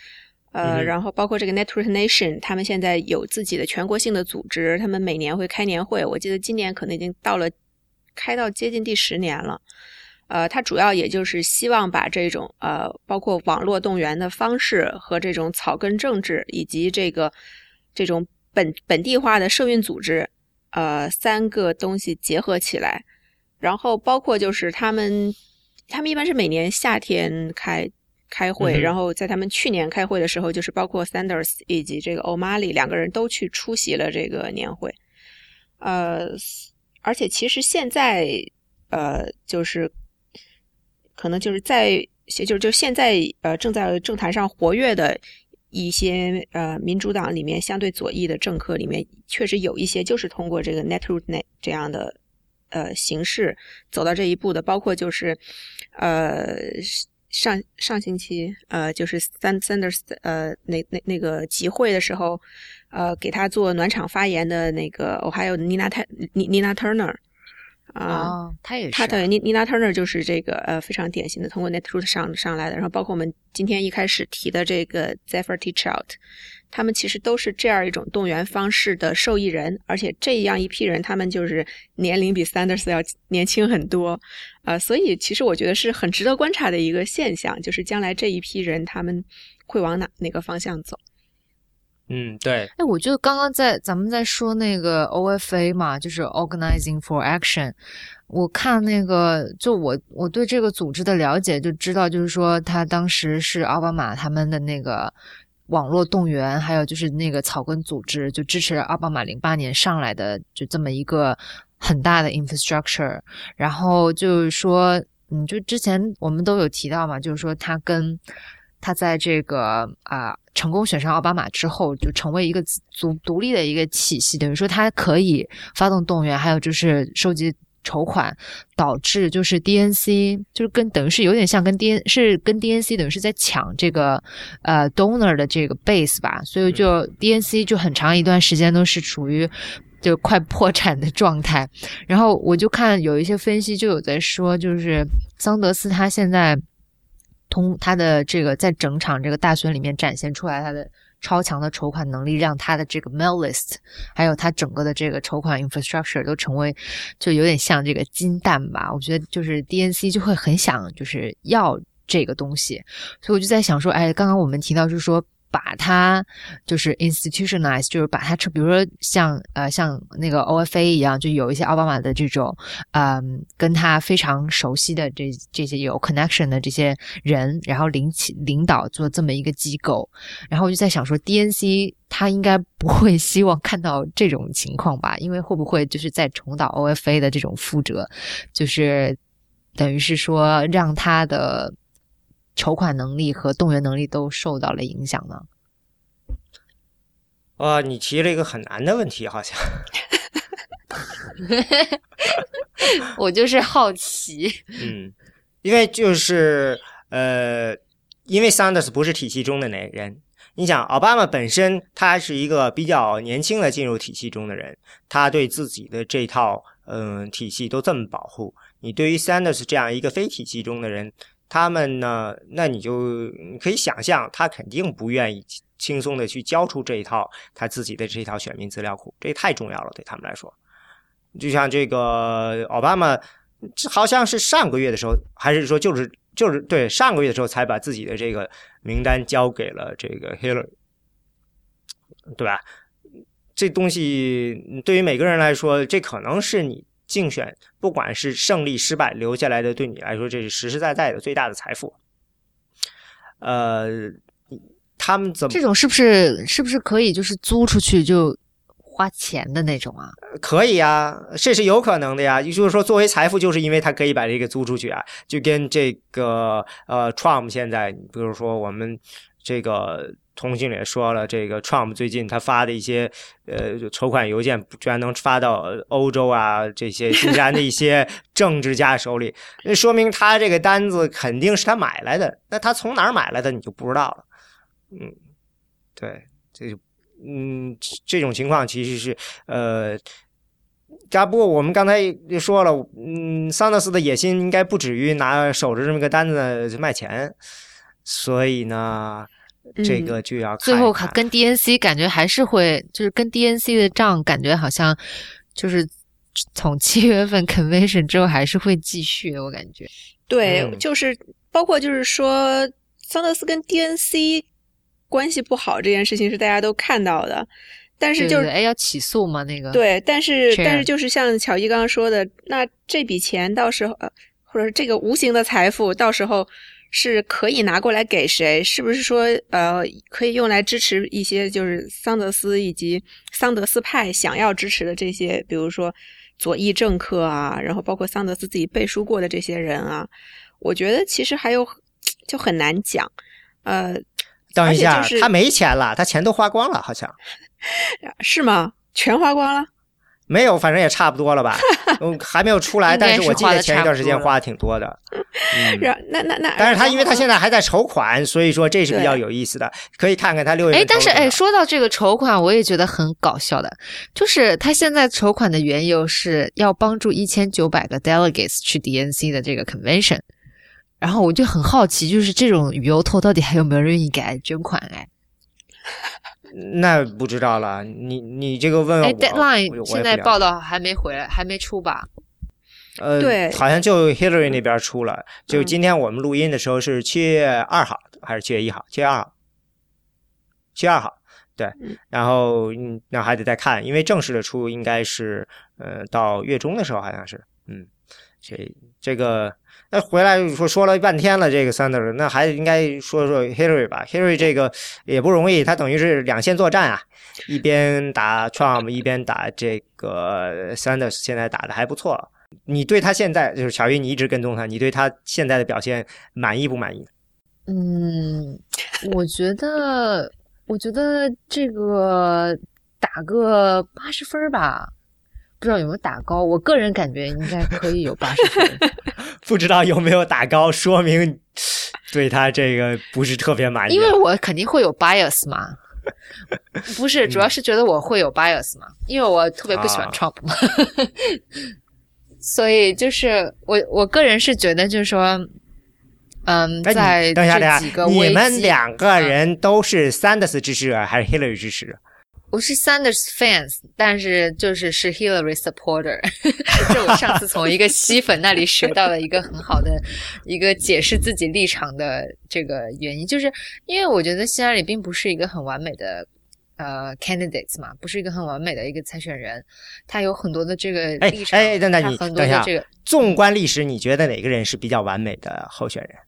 呃， 嗯、 然后包括这个 Network Nation， 他们现在有自己的全国性的组织，他们每年会开年会，我记得今年可能已经到了开到接近第十年了。呃，它主要也就是希望把这种呃，包括网络动员的方式和这种草根政治以及这个这种本本地化的社运组织，呃，三个东西结合起来，然后包括就是他们他们一般是每年夏天开。开会， 嗯、 然后在他们去年开会的时候，就是包括 Sanders 以及这个 O'Malley 两个人都去出席了这个年会。呃，而且其实现在呃，就是可能就是在就就现在呃正在政坛上活跃的一些呃民主党里面相对左翼的政客里面，确实有一些就是通过这个 Netroonet 这样的呃形式走到这一步的，包括就是呃。上上星期，呃，就是 Sanders 呃那那那个集会的时候，呃，给他做暖场发言的那个 Ohio Nina Nina Turner， 啊、呃哦，他也是， 他的 Nina Turner 就是这个呃非常典型的通过 Netroot 上上来的，然后包括我们今天一开始提的这个 Zephyr Teachout， 他们其实都是这样一种动员方式的受益人，而且这样一批人，他们就是年龄比 Sanders 要年轻很多，呃，所以其实我觉得是很值得观察的一个现象，就是将来这一批人他们会往哪哪个方向走。 嗯，对。 哎，我就刚刚在咱们在说那个 O F A 嘛，就是 Organizing for Action。我看那个，就我我对这个组织的了解，就知道就是说，他当时是奥巴马他们的那个网络动员，还有就是那个草根组织，就支持奥巴马零八年上来的，就这么一个很大的 infrastructure。然后就是说，嗯，就之前我们都有提到嘛，就是说他跟他在这个啊、呃、成功选上奥巴马之后，就成为一个独独立的一个体系，等于说他可以发动动员，还有就是收集筹款，导致就是 D N C 就是跟等于是有点像跟 D N 是跟 D N C 等于是在抢这个呃 donor 的这个 base 吧，所以就 D N C 就很长一段时间都是处于就快破产的状态。然后我就看有一些分析就有在说，就是桑德斯他现在通他的这个在整场这个大选里面展现出来他的超强的筹款能力，让他的这个 mail list 还有他整个的这个筹款 infrastructure 都成为就有点像这个金蛋吧。我觉得就是 D N C 就会很想就是要这个东西，所以我就在想说，哎，刚刚我们提到就是说把它就是 institutionalize， 就是把它比如说像呃像那个 O F A 一样，就有一些奥巴马的这种嗯跟他非常熟悉的这这些有 connection 的这些人，然后领起领导做这么一个机构。然后我就在想说 D N C 他应该不会希望看到这种情况吧，因为会不会就是在重蹈 O F A 的这种覆辙，就是等于是说让他的筹款能力和动员能力都受到了影响呢？ 哇，你提了一个很难的问题，好像。 我就是好奇。 嗯，因为就是呃，因为 Sanders 不是体系中的那人。你想，奥巴马本身他是一个比较年轻的进入体系中的人，他对自己的这套嗯、呃、体系都这么保护。你对于 Sanders 这样一个非体系中的人，他们呢，那你就你可以想象，他肯定不愿意轻松的去交出这一套他自己的这套选民资料库，这太重要了，对他们来说。就像这个奥巴马，好像是上个月的时候，还是说就是就是对上个月的时候才把自己的这个名单交给了这个 Hillary， 对吧？这东西对于每个人来说，这可能是你竞选不管是胜利失败留下来的，对你来说这是实实在在的最大的财富。呃，他们怎么这种是不是是不是可以就是租出去就花钱的那种啊？ 可以啊，这是有可能的呀。也就是说，作为财富，就是因为他可以把这个租出去啊，就跟这个呃 Trump 现在，比如说我们这个通讯也说了，这个 Trump 最近他发的一些呃筹款邮件，居然能发到欧洲啊这些新西兰的一些政治家手里，那说明他这个单子肯定是他买来的。那他从哪儿买来的，你就不知道了。嗯，对，这就。嗯，这种情况其实是呃，加不过我们刚才也说了，嗯，桑德斯的野心应该不止于拿守着这么个单子卖钱，所以呢， 这个就要看一看、嗯、 最后跟 D N C 感觉还是会，就是跟 D N C 的仗感觉好像就是从七月份 convention 之后还是会继续的，我感觉。 对、 嗯、 就是包括就是说桑德斯跟 D N C 关系不好这件事情是大家都看到的，但是就是哎要起诉吗那个？ 对，但是但是就是像乔伊刚刚说的，那这笔钱到时候或者是这个无形的财富到时候是可以拿过来给谁？是不是说呃可以用来支持一些就是桑德斯以及桑德斯派想要支持的这些，比如说左翼政客啊，然后包括桑德斯自己背书过的这些人啊，我觉得其实还有就很难讲。呃， 等一下、 就是、 他没钱了，他钱都花光了好像。 是吗？全花光了？ 没有，反正也差不多了吧。嗯，还没有出来，但是我记得前一段时间花挺多的。 嗯，那那那， 但是他因为他现在还在筹款，所以说这是比较有意思的，可以看看他六月份。 哎，但是哎，说到这个筹款，我也觉得很搞笑的，就是他现在筹款的缘由是要帮助一千九百个 delegates 去 D N C 的这个 convention， 然后我就很好奇，就是这种由头到底还有没有人愿意给他捐款？哎。 那不知道了，你你这个问我， 哎 ，Deadline 现在报道还没回来，还没出吧？ 呃， 对， 好像就 Hillary 那边出了，就今天我们录音的时候是七月二号还是七月一号？七月二号，七月二号，对，然后嗯，那还得再看，因为正式的出应该是呃到月中的时候好像是，嗯，这这个。那回来说说了半天了，这个 Sanders， 那还应该说说 Hillary 吧。Hillary 这个也不容易，他等于是两线作战啊，一边打 Trump， 一边打这个 Sanders， 现在打的还不错。你对他现在就是小鱼，你一直跟踪他，你对他现在的表现满意不满意？ 嗯，我觉得，我觉得这个打个八十分吧。不知道有没有打高，我个人感觉应该可以有八十分。 不知道有没有打高，说明对他这个不是特别满意。 因为我肯定会有 bias 嘛，不是，主要是觉得我会有 bias 嘛，嗯、因为我特别不喜欢 Trump 嘛，啊、所以就是我我个人是觉得就是说，嗯，在等一下， 这几个危机， 你们两个人都是 Sanders 支持者还是 Hillary 支持者？ 我是 Sanders fans， 但是就是是 Hillary supporter， 这我上次从一个吸粉那里学到了一个很好的一个解释自己立场的这个原因，就是因为我觉得希拉里并不是一个很完美的呃 candidates 嘛，不是一个很完美的一个参选人，他有很多的这个立场， 哎哎，等等你很多的这个， 纵观历史，你觉得哪个人是比较完美的候选人？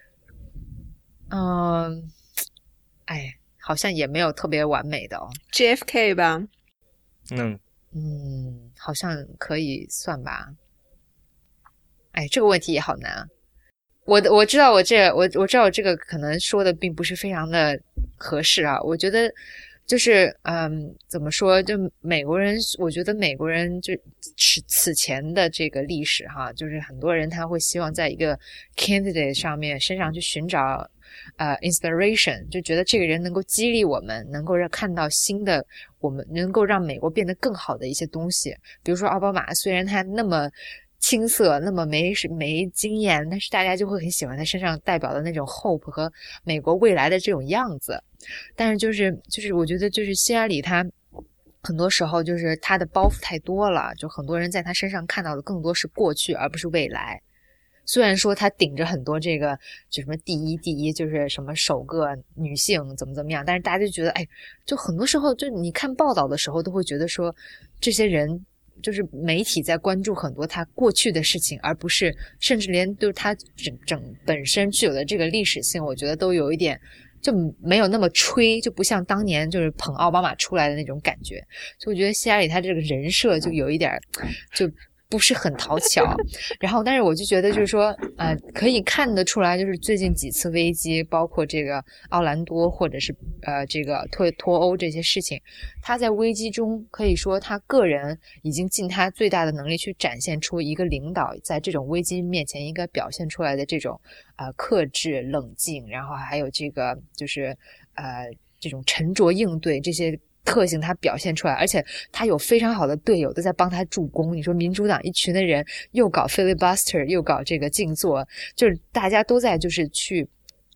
嗯，哎。好像也没有特别完美的哦 ，J F K 吧， 嗯嗯，好像可以算吧。哎，这个问题也好难啊。我我知道我这我我知道我这个可能说的并不是非常的合适啊。我觉得就是嗯，怎么说？就美国人，我觉得美国人就此此前的这个历史哈，就是很多人他会希望在一个 candidate 上面身上去寻找。呃 inspiration 就觉得这个人能够激励我们，能够让看到新的我们，能够让美国变得更好的一些东西。比如说奥巴马，虽然他那么青涩，那么没没经验，但是大家就会很喜欢他身上代表的那种 hope 和美国未来的这种样子。但是就是就是我觉得就是希拉里他很多时候就是他的包袱太多了，就很多人在他身上看到的更多是过去而不是未来。虽然说他顶着很多这个就什么第一第一就是什么首个女性怎么怎么样，但是大家就觉得哎，就很多时候就你看报道的时候都会觉得说这些人就是媒体在关注很多他过去的事情，而不是甚至连就是他整整本身具有的这个历史性，我觉得都有一点就没有那么吹，就不像当年就是捧奥巴马出来的那种感觉。所以我觉得希拉里他这个人设就有一点就不是很讨巧，然后但是我就觉得就是说呃，可以看得出来，就是最近几次危机，包括这个奥兰多或者是呃这个脱脱欧这些事情，他在危机中可以说他个人已经尽他最大的能力去展现出一个领导在这种危机面前应该表现出来的这种呃克制冷静，然后还有这个就是呃这种沉着应对这些特性他表现出来，而且他有非常好的队友都在帮他助攻。你说民主党一群的人又搞 filibuster 又搞这个静坐，就是大家都在就是去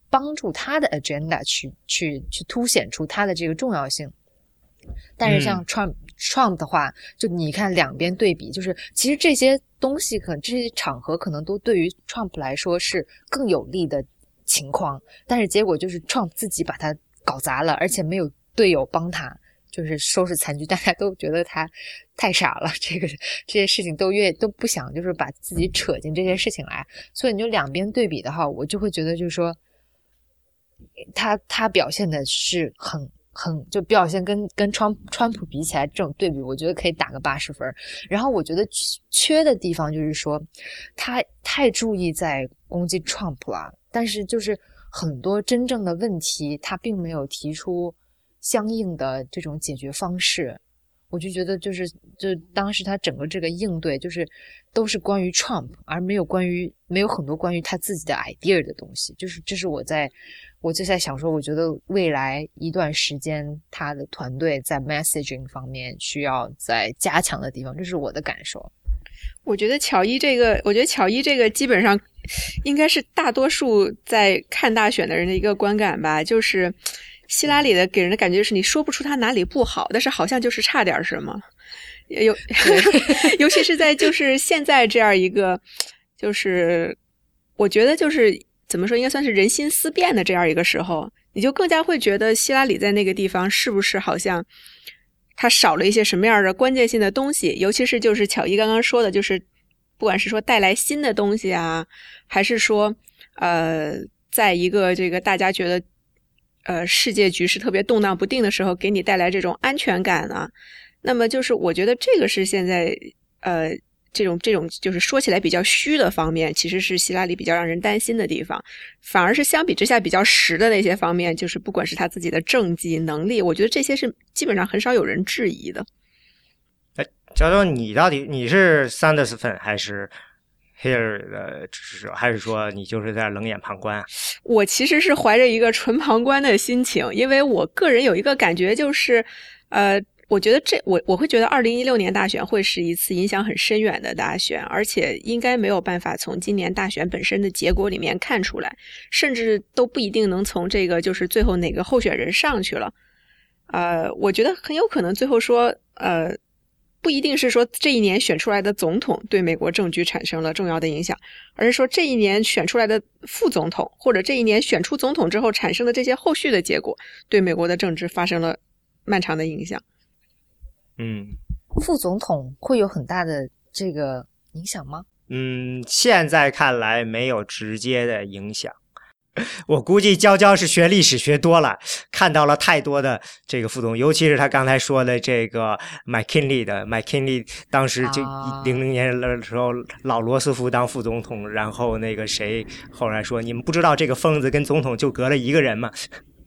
帮助他的 agenda 去去去凸显出他的这个重要性。但是像 Trump、嗯、Trump 的话，就你看两边对比，就是其实这些东西可能这些场合可能都对于 Trump 来说是更有利的情况，但是结果就是 Trump 自己把他搞砸了，而且没有队友帮他，就是收拾残局，大家都觉得他太傻了，这个这些事情都越都不想就是把自己扯进这些事情来，所以你就两边对比的话，我就会觉得就是说他他表现的是很很就表现跟跟川川普比起来，这种对比我觉得可以打个八十分。然后我觉得缺的地方就是说他太注意在攻击 Trump 了，但是就是很多真正的问题他并没有提出相应的这种解决方式。我就觉得就是就当时他整个这个应对就是都是关于 Trump， 而没有关于没有很多关于他自己的 idea 的东西。就是这是我在我就在想说，我觉得未来一段时间他的团队在 messaging 方面需要再加强的地方，这是我的感受。 我觉得乔伊这个，我觉得乔伊这个基本上应该是大多数在看大选的人的一个观感吧，就是希拉里的给人的感觉是你说不出他哪里不好，但是好像就是差点什么。尤尤其是在就是现在这样一个，就是我觉得就是怎么说，应该算是人心思变的这样一个时候，你就更加会觉得希拉里在那个地方是不是好像他少了一些什么样的关键性的东西，尤其是就是巧一刚刚说的，就是不管是说带来新的东西啊，还是说呃，在一个这个大家觉得呃世界局势特别动荡不定的时候，给你带来这种安全感啊。那么就是我觉得这个是现在呃这种这种就是说起来比较虚的方面，其实是希拉里比较让人担心的地方。反而是相比之下比较实的那些方面，就是不管是他自己的政绩能力，我觉得这些是基本上很少有人质疑的。 哎，教授，你到底你是 Sanders 粉还是 Hillary 的支持者，还是说你就是在冷眼旁观啊？ 我其实是怀着一个纯旁观的心情，因为我个人有一个感觉就是呃我觉得这我我会觉得二零一六年大选会是一次影响很深远的大选，而且应该没有办法从今年大选本身的结果里面看出来，甚至都不一定能从这个就是最后哪个候选人上去了。呃，我觉得很有可能最后说呃不一定是说这一年选出来的总统对美国政局产生了重要的影响，而是说这一年选出来的副总统，或者这一年选出总统之后产生的这些后续的结果对美国的政治发生了漫长的影响。 嗯， 副总统会有很大的这个影响吗？ 嗯，现在看来没有直接的影响。我估计娇娇是学历史学多了，看到了太多的这个副总，尤其是他刚才说的这个 McKinley 的 McKinley 当时就零零年的时候，老罗斯福当副总统，然后那个谁后来说，你们不知道这个疯子跟总统就隔了一个人吗？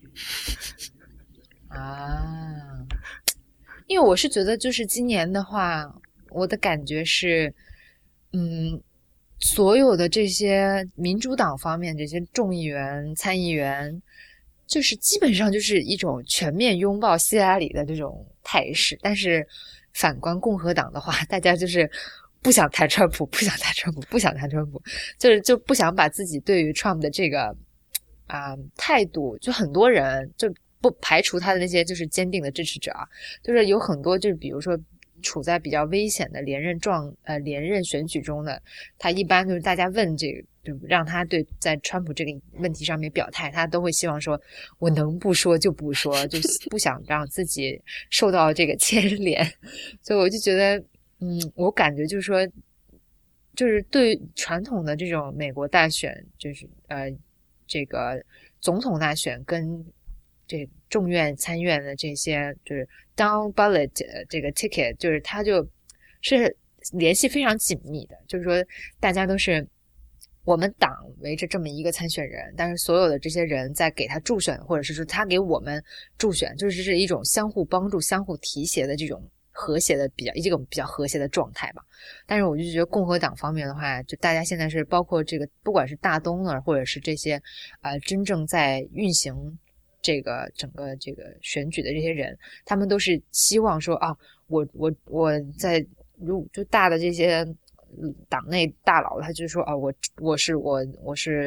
啊。因为我是觉得就是今年的话，我的感觉是嗯，所有的这些民主党方面这些众议员参议员就是基本上就是一种全面拥抱希拉里的这种态势，但是反观共和党的话，大家就是不想谈川普不想谈川普不想谈川普，就是就不想把自己对于 Trump 的这个啊、呃、态度，就很多人就不排除他的那些就是坚定的支持者啊，就是有很多就是比如说处在比较危险的连任状呃连任选举中的，他一般就是大家问这个就让他对在川普这个问题上面表态，他都会希望说我能不说就不说，就不想让自己受到这个牵连。所以我就觉得嗯我感觉就是说就是对传统的这种美国大选，就是呃这个总统大选跟这众院参院的这些就是 down ballot 这个 ticket， 就是它就是联系非常紧密的，就是说大家都是我们党围着这么一个参选人，但是所有的这些人在给他助选，或者是说他给我们助选，就是是一种相互帮助相互提携的这种和谐的比较这种比较和谐的状态吧。但是我就觉得共和党方面的话，就大家现在是包括这个不管是大东呢，或者是这些呃真正在运行这个整个这个选举的这些人，他们都是希望说啊，我我我在如就大的这些党内大佬，他就说啊，我我是我我是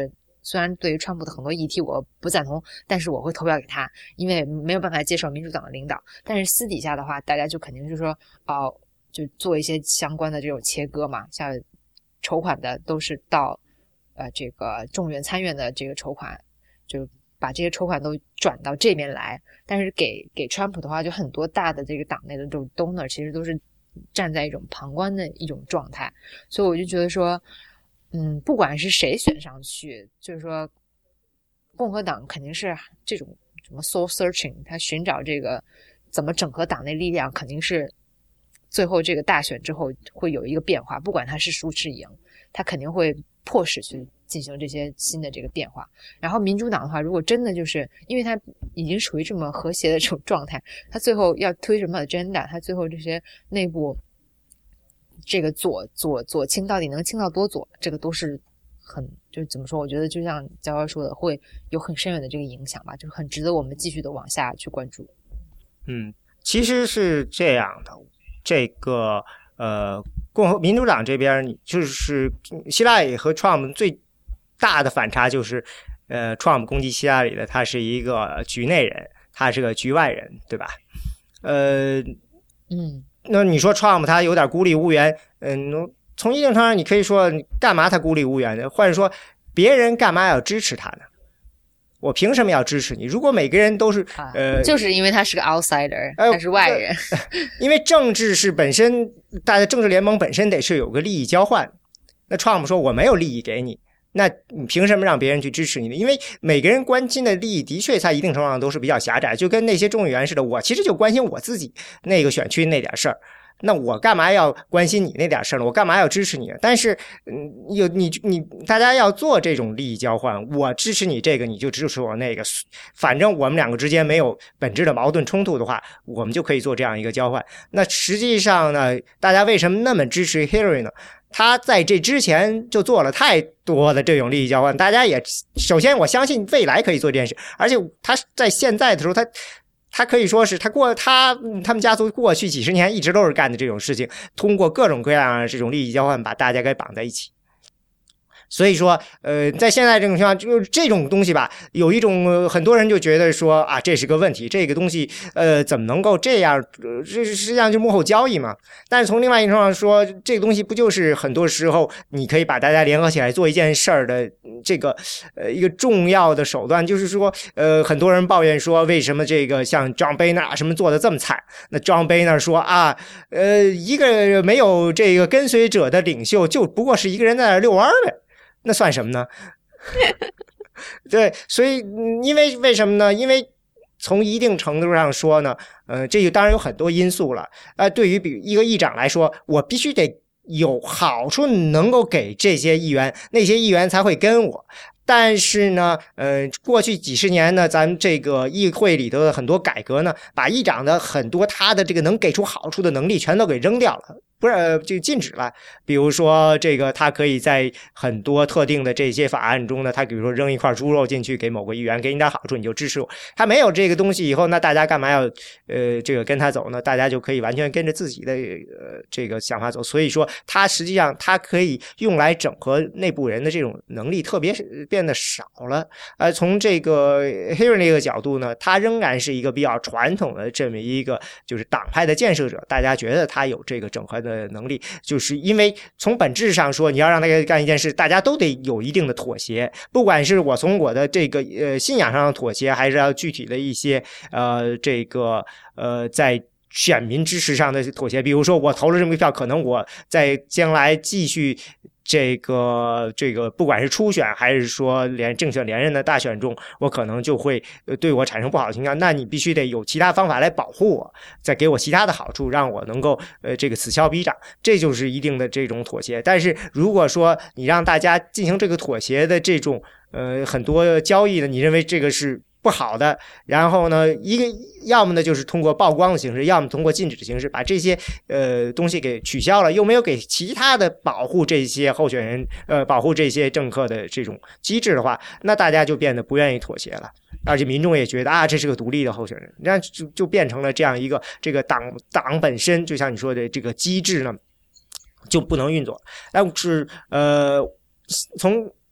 虽然对于川普的很多议题我不赞同，但是我会投票给他，因为没有办法接受民主党的领导。但是私底下的话，大家就肯定就是说，哦、呃，就做一些相关的这种切割嘛，像筹款的都是到呃这个众院参院的这个筹款，就把这些筹款都转到这边来。但是给给川普的话，就很多大的这个党内的这种 donor 其实都是站在一种旁观的一种状态，所以我就觉得说，嗯，不管是谁选上去，就是说，共和党肯定是这种什么 soul searching， 他寻找这个怎么整合党内力量，肯定是最后这个大选之后会有一个变化，不管他是输是赢，他肯定会迫使去进行这些新的这个变化。然后民主党的话，如果真的就是因为他已经处于这么和谐的这种状态，他最后要推什么 agenda， 他最后这些内部这个左左左倾到底能倾到多左，这个都是很就是怎么说，我觉得就像娇娇说的，会有很深远的这个影响吧，就是很值得我们继续的往下去关注。 嗯，其实是这样的，这个呃，共和民主党这边就是希拉里和 Trump 最大的反差就是，呃 ，Trump 攻击希拉里的，他是一个局内人，他是个局外人，对吧？呃， 嗯。 那你说 Trump 他有点孤立无援，嗯，从一定程度上你可以说干嘛他孤立无援呢？或者说别人干嘛要支持他呢？我凭什么要支持你？如果每个人都是、啊、呃， 就是因为他是个 outsider，、呃、他是外人。 因为政治是本身，大家政治联盟本身得是有个利益交换。那 Trump 说我没有利益给你，那你凭什么让别人去支持你呢？因为每个人关心的利益的确在一定程度上都是比较狭窄，就跟那些众议员似的，我其实就关心我自己那个选区那点事儿。那我干嘛要关心你那点事儿呢？我干嘛要支持你？但是，嗯，有你你大家要做这种利益交换，我支持你这个，你就支持我那个，反正我们两个之间没有本质的矛盾冲突的话，我们就可以做这样一个交换。那实际上呢，大家为什么那么支持 Hillary 呢？他在这之前就做了太多的这种利益交换，大家也首先我相信未来可以做这件事，而且他在现在的时候他。他可以说是他过他他们家族过去几十年一直都是干的这种事情，通过各种各样的这种利益交换把大家给绑在一起。所以说，呃，在现在这种情况，就是这种东西吧，有一种、呃、很多人就觉得说啊，这是个问题，这个东西，呃，怎么能够这样？呃、这实际上就幕后交易嘛。但是从另外一种上说，这个东西不就是很多时候你可以把大家联合起来做一件事儿的这个呃一个重要的手段？就是说，呃，很多人抱怨说，为什么这个像 John Boehner 什么做的这么惨？那 John Boehner 说啊，呃，一个没有这个跟随者的领袖，就不过是一个人在那遛弯呗。那算什么呢？对，所以因为为什么呢？因为从一定程度上说呢，呃，这就当然有很多因素了。呃，对于比一个议长来说，我必须得有好处能够给这些议员，那些议员才会跟我。但是呢，呃，过去几十年呢，咱们这个议会里头的很多改革呢，把议长的很多他的这个能给出好处的能力全都给扔掉了。不是、呃、就禁止了，比如说这个他可以在很多特定的这些法案中呢，他比如说扔一块猪肉进去给某个议员，给你点好处你就支持我。他没有这个东西以后，那大家干嘛要呃这个跟他走呢？大家就可以完全跟着自己的呃这个想法走。所以说他实际上他可以用来整合内部人的这种能力特别变得少了。呃从这个 Hillary 这个角度呢，他仍然是一个比较传统的这么一个就是党派的建设者，大家觉得他有这个整合的能力，就是因为从本质上说，你要让他干一件事，大家都得有一定的妥协，不管是我从我的这个呃信仰上的妥协，还是要具体的一些呃这个呃在选民支持上的妥协。比如说我投了这么一票，可能我在将来继续这个这个不管是初选还是说连正选连任的大选中，我可能就会对我产生不好的影响，那你必须得有其他方法来保护我，再给我其他的好处，让我能够呃这个此消彼长，这就是一定的这种妥协。但是如果说你让大家进行这个妥协的这种呃很多交易呢，你认为这个是不好的，然后呢，一个要么呢就是通过曝光的形式，要么通过禁止的形式，把这些呃东西给取消了，又没有给其他的保护这些候选人呃保护这些政客的这种机制的话，那大家就变得不愿意妥协了，而且民众也觉得啊这是个独立的候选人，那就就变成了这样一个这个党党本身就像你说的这个机制呢就不能运作。但是呃从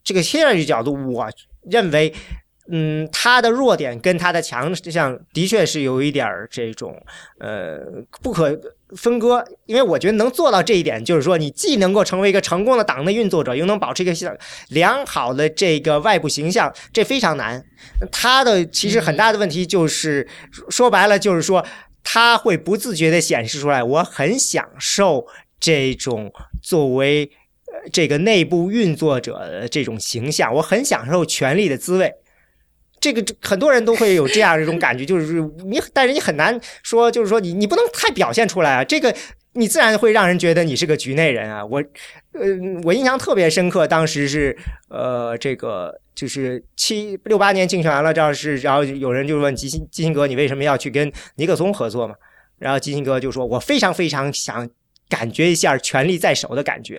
这个 Hillary 角度，我认为。嗯，他的弱点跟他的强项的确是有一点这种呃不可分割，因为我觉得能做到这一点，就是说你既能够成为一个成功的党内运作者，又能保持一个良好的这个外部形象，这非常难。他的其实很大的问题就是，说白了就是说他会不自觉地显示出来，我很享受这种作为这个内部运作者的这种形象，我很享受权力的滋味。这个很多人都会有这样一种感觉，就是你，但是你很难说，就是说你你不能太表现出来啊，这个你自然会让人觉得你是个局内人啊。我，呃，我印象特别深刻，当时是呃，这个就是七六八年竞选完了，这样是，然后有人就问基辛基辛格，你为什么要去跟尼克松合作嘛？然后基辛格就说，我非常非常想感觉一下权力在手的感觉。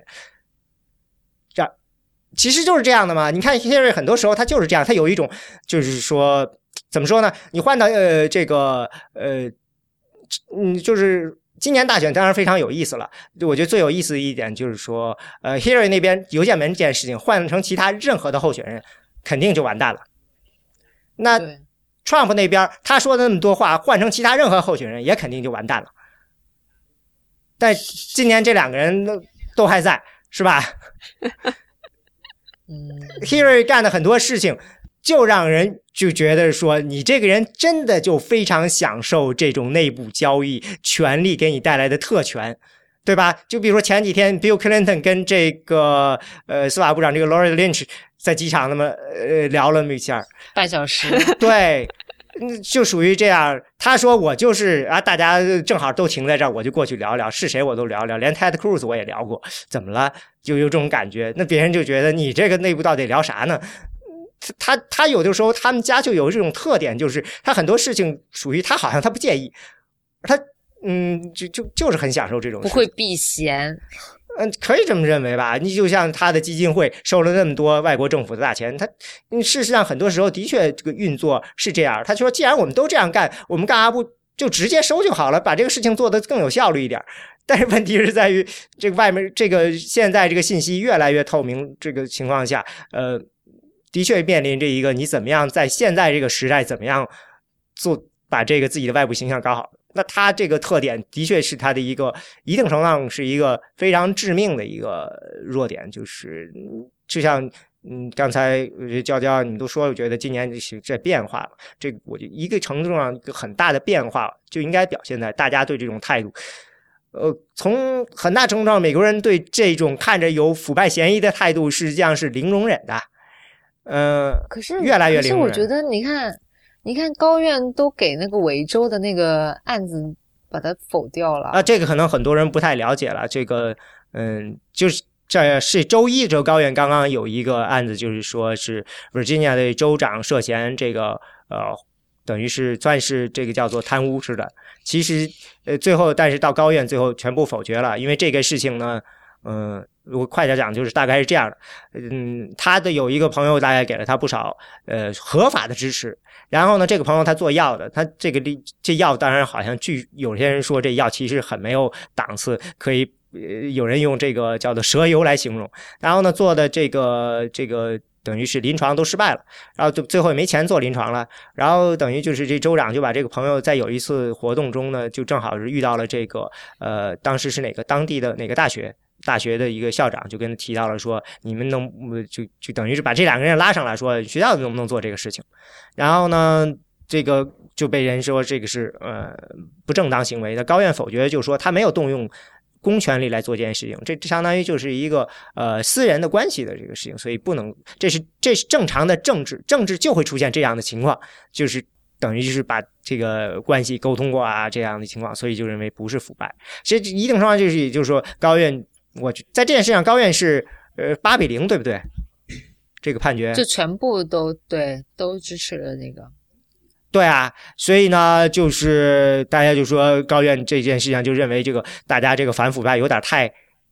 其实就是这样的嘛，你看 Hillary 很多时候他就是这样，他有一种就是说怎么说呢？你换到呃这个呃嗯，就是今年大选当然非常有意思了。我觉得最有意思的一点就是说，呃 Hillary 那边邮件门这件事情换成其他任何的候选人，肯定就完蛋了。那 Trump 那边他说的那么多话，换成其他任何候选人也肯定就完蛋了。但今年这两个人都都还在，是吧？Hillary 干的很多事情就让人就觉得说你这个人真的就非常享受这种内部交易权力给你带来的特权，对吧？就比如说前几天 Bill Clinton 跟这个呃司法部长这个 Loretta Lynch 在机场那么呃聊了那么一下半小时， 对，就属于这样。他说我就是啊，大家正好都停在这儿，我就过去聊聊，是谁我都聊聊，连 Ted Cruz 我也聊过，怎么了？就有这种感觉。那别人就觉得你这个内部到底聊啥呢？他他有的时候他们家就有这种特点，就是他很多事情属于他好像他不介意，他嗯就就就是很享受这种事， 不会避嫌。 嗯，可以这么认为吧。你就像他的基金会收了那么多外国政府的大钱，他事实上很多时候的确这个运作是这样。他说，既然我们都这样干，我们干嘛不就直接收就好了，把这个事情做得更有效率一点。但是问题是在于，这个外面这个现在这个信息越来越透明这个情况下，呃，的确面临着一个你怎么样在现在这个时代怎么样做把这个自己的外部形象搞好。那他这个特点的确是他的一个一定程度上是一个非常致命的一个弱点，就是就像嗯刚才娇娇你们都说，我觉得今年是在变化了，这个我觉得一个程度上一个很大的变化就应该表现在大家对这种态度。呃，从很大程度上，美国人对这种看着有腐败嫌疑的态度实际上是零容忍的，呃， 可是越来越零容忍。 可是我觉得，你看，你看高院都给那个维州的那个案子把它否掉了啊，这个可能很多人不太了解了。这个，嗯，就是这是周一州高院刚刚有一个案子，就是说是 Virginia 的州长涉嫌这个呃。等于是算是这个叫做贪污似的，其实呃最后但是到高院最后全部否决了，因为这个事情呢，嗯、呃，我快点讲，就是大概是这样的，嗯，他的有一个朋友大概给了他不少呃合法的支持，然后呢，这个朋友他做药的，他这个这药当然好像据有些人说这药其实很没有档次，可以呃有人用这个叫做蛇油来形容，然后呢做的这个这个。等于是临床都失败了，然后就最后也没钱做临床了，然后等于就是这州长就把这个朋友在有一次活动中呢，就正好是遇到了这个呃，当时是哪个当地的哪个大学大学的一个校长，就跟他提到了说，你们能就就等于是把这两个人拉上来说，学校能不能做这个事情？然后呢，这个就被人说这个是呃不正当行为的，高院否决，就说他没有动用公权力来做这件事情，这相当于就是一个呃私人的关系的这个事情，所以不能，这是这是正常的政治，政治就会出现这样的情况，就是等于就是把这个关系沟通过啊这样的情况，所以就认为不是腐败。这一定程度上就是也就是说高院，我在这件事上高院是呃八比零，对不对？这个判决就全部都对都支持了那个。 对啊，所以呢，就是大家就说高院这件事情就认为这个大家这个反腐败有点太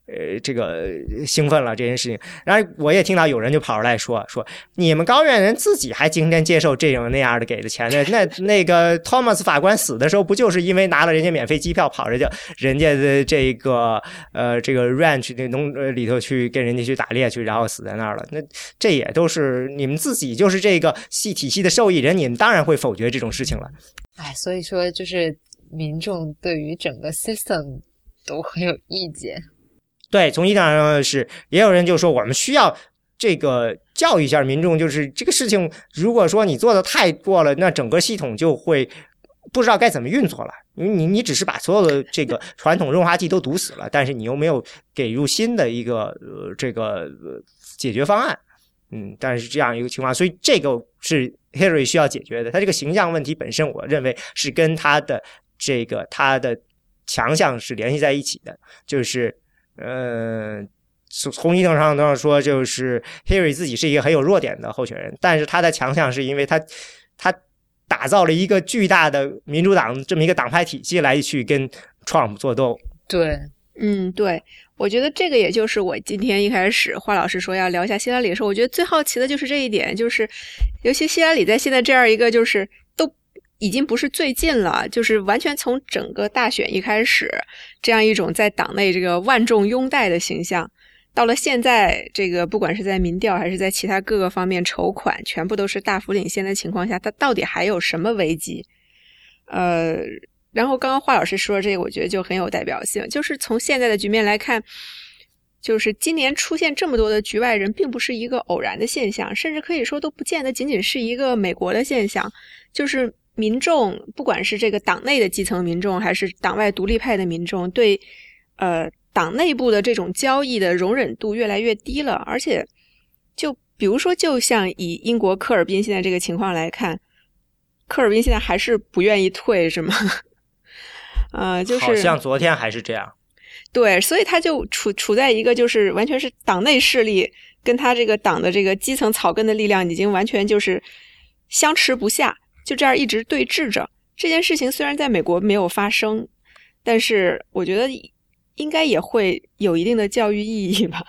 呃，这个兴奋了这件事情。然后我也听到有人就跑出来说说，你们高院人自己还今天接受这种那样的给的钱呢？那那个 Thomas 法官死的时候，不就是因为拿了人家免费机票，跑着就人家的这个呃这个 ranch 那农呃里头去跟人家去打猎去，然后死在那儿了？那这也都是你们自己就是这个系体系的受益人，你们当然会否决这种事情了。 哎，所以说就是民众对于整个 system 都很有意见。 对，从一点上是，也有人就说我们需要这个教育一下民众，就是这个事情，如果说你做的太过了，那整个系统就会不知道该怎么运作了。因为你你只是把所有的这个传统润滑剂都堵死了，但是你又没有给入新的一个呃这个、呃、解决方案。嗯，但是这样一个情况，所以这个是 Hillary 需要解决的。他这个形象问题本身，我认为是跟他的这个他的强项是联系在一起的，就是。呃，从一定程度上说，就是 Hillary 自己是一个很有弱点的候选人，但是他的强项是因为他他打造了一个巨大的民主党这么一个党派体系来去跟 Trump 作斗。 对， 嗯，对，我觉得这个也就是我今天一开始华老师说要聊一下希拉里的时候，我觉得最好奇的就是这一点，就是尤其希拉里在现在这样一个就是都已经不是最近了，就是完全从整个大选一开始，这样一种在党内这个万众拥戴的形象，到了现在这个不管是在民调还是在其他各个方面筹款全部都是大幅领先的情况下，他到底还有什么危机？呃，然后刚刚华老师说这个我觉得就很有代表性，就是从现在的局面来看，就是今年出现这么多的局外人并不是一个偶然的现象，甚至可以说都不见得仅仅是一个美国的现象，就是民众不管是这个党内的基层民众还是党外独立派的民众，对呃党内部的这种交易的容忍度越来越低了。而且就比如说就像以英国科尔宾现在这个情况来看，科尔宾现在还是不愿意退是吗？呃就是好像昨天还是这样。 对，所以他就处处在一个就是完全是党内势力跟他这个党的这个基层草根的力量已经完全就是相持不下，就这样一直对峙着。这件事情虽然在美国没有发生，但是我觉得应该也会有一定的教育意义吧。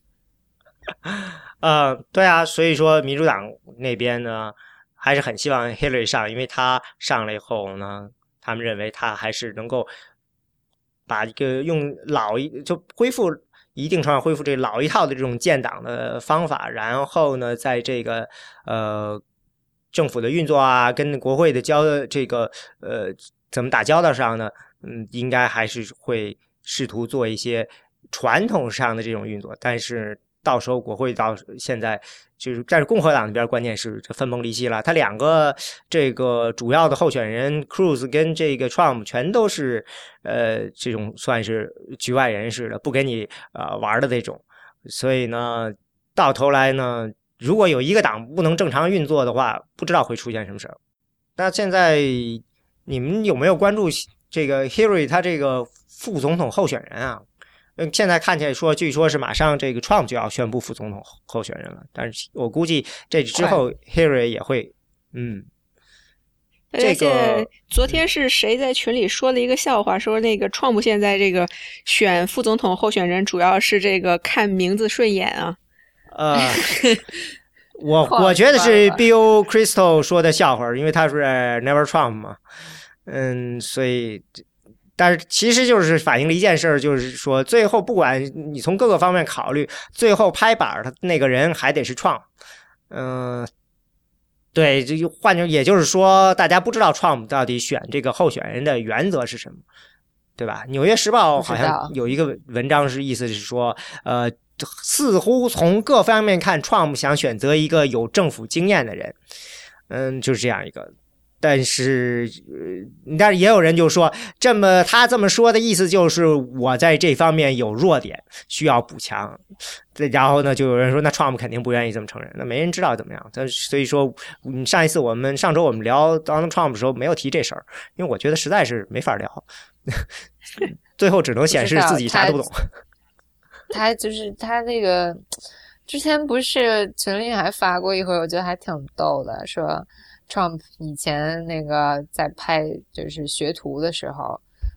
呃，对啊，所以说民主党那边呢还是很希望 Hillary 上，因为他上了以后呢，他们认为他还是能够把一个用老一就恢复一定程度上恢复这老一套的这种建党的方法，然后呢，在这个呃政府的运作啊，跟国会的交这个呃怎么打交道上呢，嗯，应该还是会试图做一些传统上的这种运作，但是到时候国会到现在就是，但是共和党那边关键是这分崩离析了。他两个这个主要的候选人 Cruz 跟这个 Trump 全都是呃这种算是局外人士的，不跟你呃玩的那种。所以呢，到头来呢，如果有一个党不能正常运作的话，不知道会出现什么事儿。那现在你们有没有关注这个 Hillary 他这个副总统候选人啊？嗯，现在看起来说，据说是马上这个 Trump 就要宣布副总统候选人了，但是我估计这之后 Hillary 也会，嗯，这个昨天是谁在群里说了一个笑话，说那个 Trump 现在这个选副总统候选人主要是这个看名字顺眼啊。 呃，我我觉得是 Bill Kristol 说的笑话，因为他是 Never Trump 嘛，嗯，所以。但是其实就是反映了一件事，就是说最后不管你从各个方面考虑，最后拍板的那个人还得是Trump。嗯、呃，对，就换句也就是说，大家不知道Trump到底选这个候选人的原则是什么，对吧？纽约时报好像有一个文章是意思是说，呃，似乎从各方面看，Trump想选择一个有政府经验的人，嗯，就是这样一个。但是，呃，但是也有人就说，这么他这么说的意思就是我在这方面有弱点，需要补强。然后呢，就有人说，那 Trump 肯定不愿意这么承认，那没人知道怎么样。但所以说，上一次我们上周我们聊 Donald Trump 的时候没有提这事儿，因为我觉得实在是没法聊，最后只能显示自己啥都不懂。 他, 他就是他那个之前不是群里还发过一回，我觉得还挺逗的，说。Trump 以前那个在拍就是学徒的时候，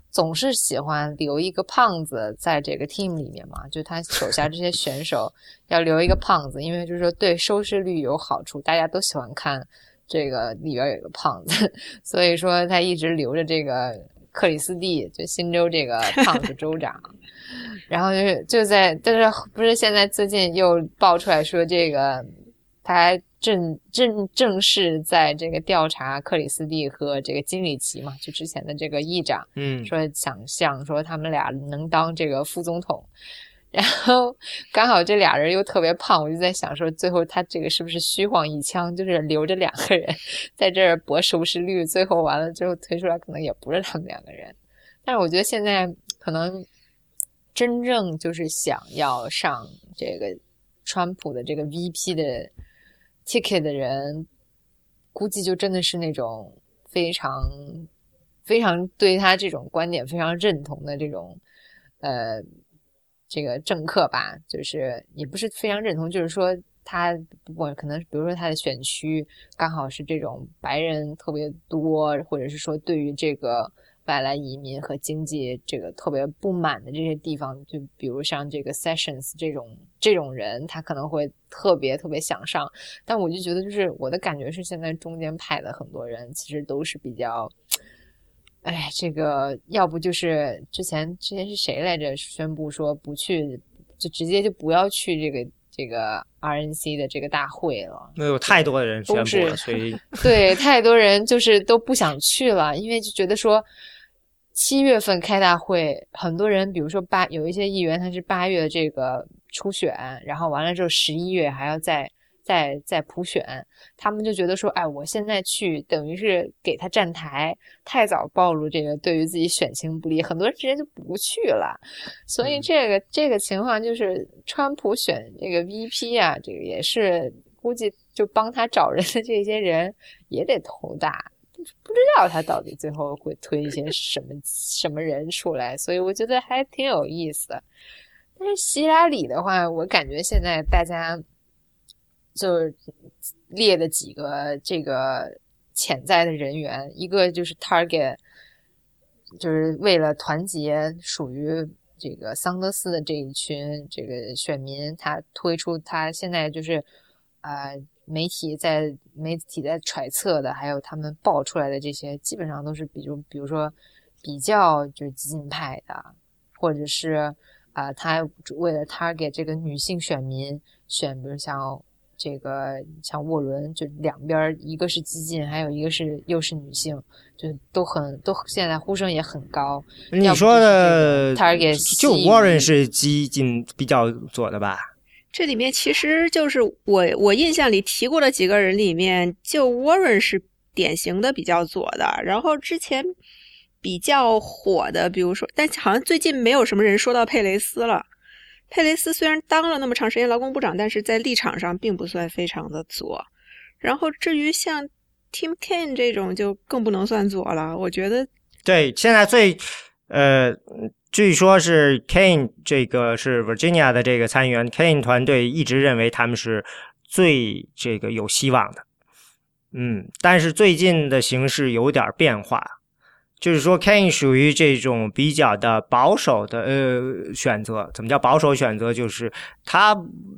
总是喜欢留一个胖子在这个 team 里面嘛，就他手下这些选手要留一个胖子，因为就是说对收视率有好处，大家都喜欢看这个里边有一个胖子，所以说他一直留着这个克里斯蒂，就新州这个胖子州长。然后就是就在但是不是现在最近又爆出来说这个他正正正式在这个调查克里斯蒂和这个金里奇嘛，就之前的这个议长， 嗯， 说想象说他们俩能当这个副总统，然后刚好这俩人又特别胖，我就在想说最后他这个是不是虚晃一枪，就是留着两个人在这儿搏收视率，最后完了之后推出来可能也不是他们两个人。但是我觉得现在可能真正就是想要上这个川普的这个 V P 的 ticket 的人，估计就真的是那种非常非常对他这种观点非常认同的这种呃这个政客吧，就是也不是非常认同，就是说他不管可能比如说他的选区刚好是这种白人特别多，或者是说对于这个外来移民和经济这个特别不满的这些地方，就比如像这个 Sessions 这种这种人，他可能会特别特别想上。但我就觉得就是我的感觉是现在中间派的很多人其实都是比较哎，这个要不就是之前之前是谁来着宣布说不去，就直接就不要去这个这个 R N C 的这个大会了。 那有太多的人宣布了，所以对，太多人就是都不想去了，因为就觉得说七月份开大会，很多人比如说八有一些议员他是八月这个初选，然后完了之后十一月还要再再再普选，他们就觉得说，哎，我现在去等于是给他站台，太早暴露这个对于自己选情不利，很多人直接就不去了。所以这个、嗯、这个情况就是川普选这个 V P 啊，这个也是估计就帮他找人的这些人也得头大。不知道他到底最后会推一些什么什么人出来，所以我觉得还挺有意思的。但是希拉里的话，我感觉现在大家就是列的几个这个潜在的人员，一个就是 Target， 就是为了团结属于这个桑德斯的这一群这个选民，他推出他现在就是啊。呃媒体在媒体在揣测的，还有他们爆出来的这些，基本上都是比如比如说比较就是激进派的，或者是啊、呃，他为了 target 这个女性选民选，比如像这个像沃伦，就两边一个是激进，还有一个是又是女性，就都很都现在呼声也很高。 你说的 target 就 Warren 是激进比较左的吧？ 这里面其实就是我我印象里提过的几个人里面，就 Warren 是典型的比较左的，然后之前比较火的，比如说，但好像最近没有什么人说到佩雷斯了。佩雷斯虽然当了那么长时间劳工部长，但是在立场上并不算非常的左。然后至于像 Tim Kaine 这种就更不能算左了，我觉得。 对，现在最呃。据说是 Kaine 这个是 Virginia 的这个参议员 Kaine 团队一直认为他们是最这个有希望的。嗯，但是最近的形势有点变化，就是说 Kaine 属于这种比较的保守的呃选择。怎么叫保守选择？就是他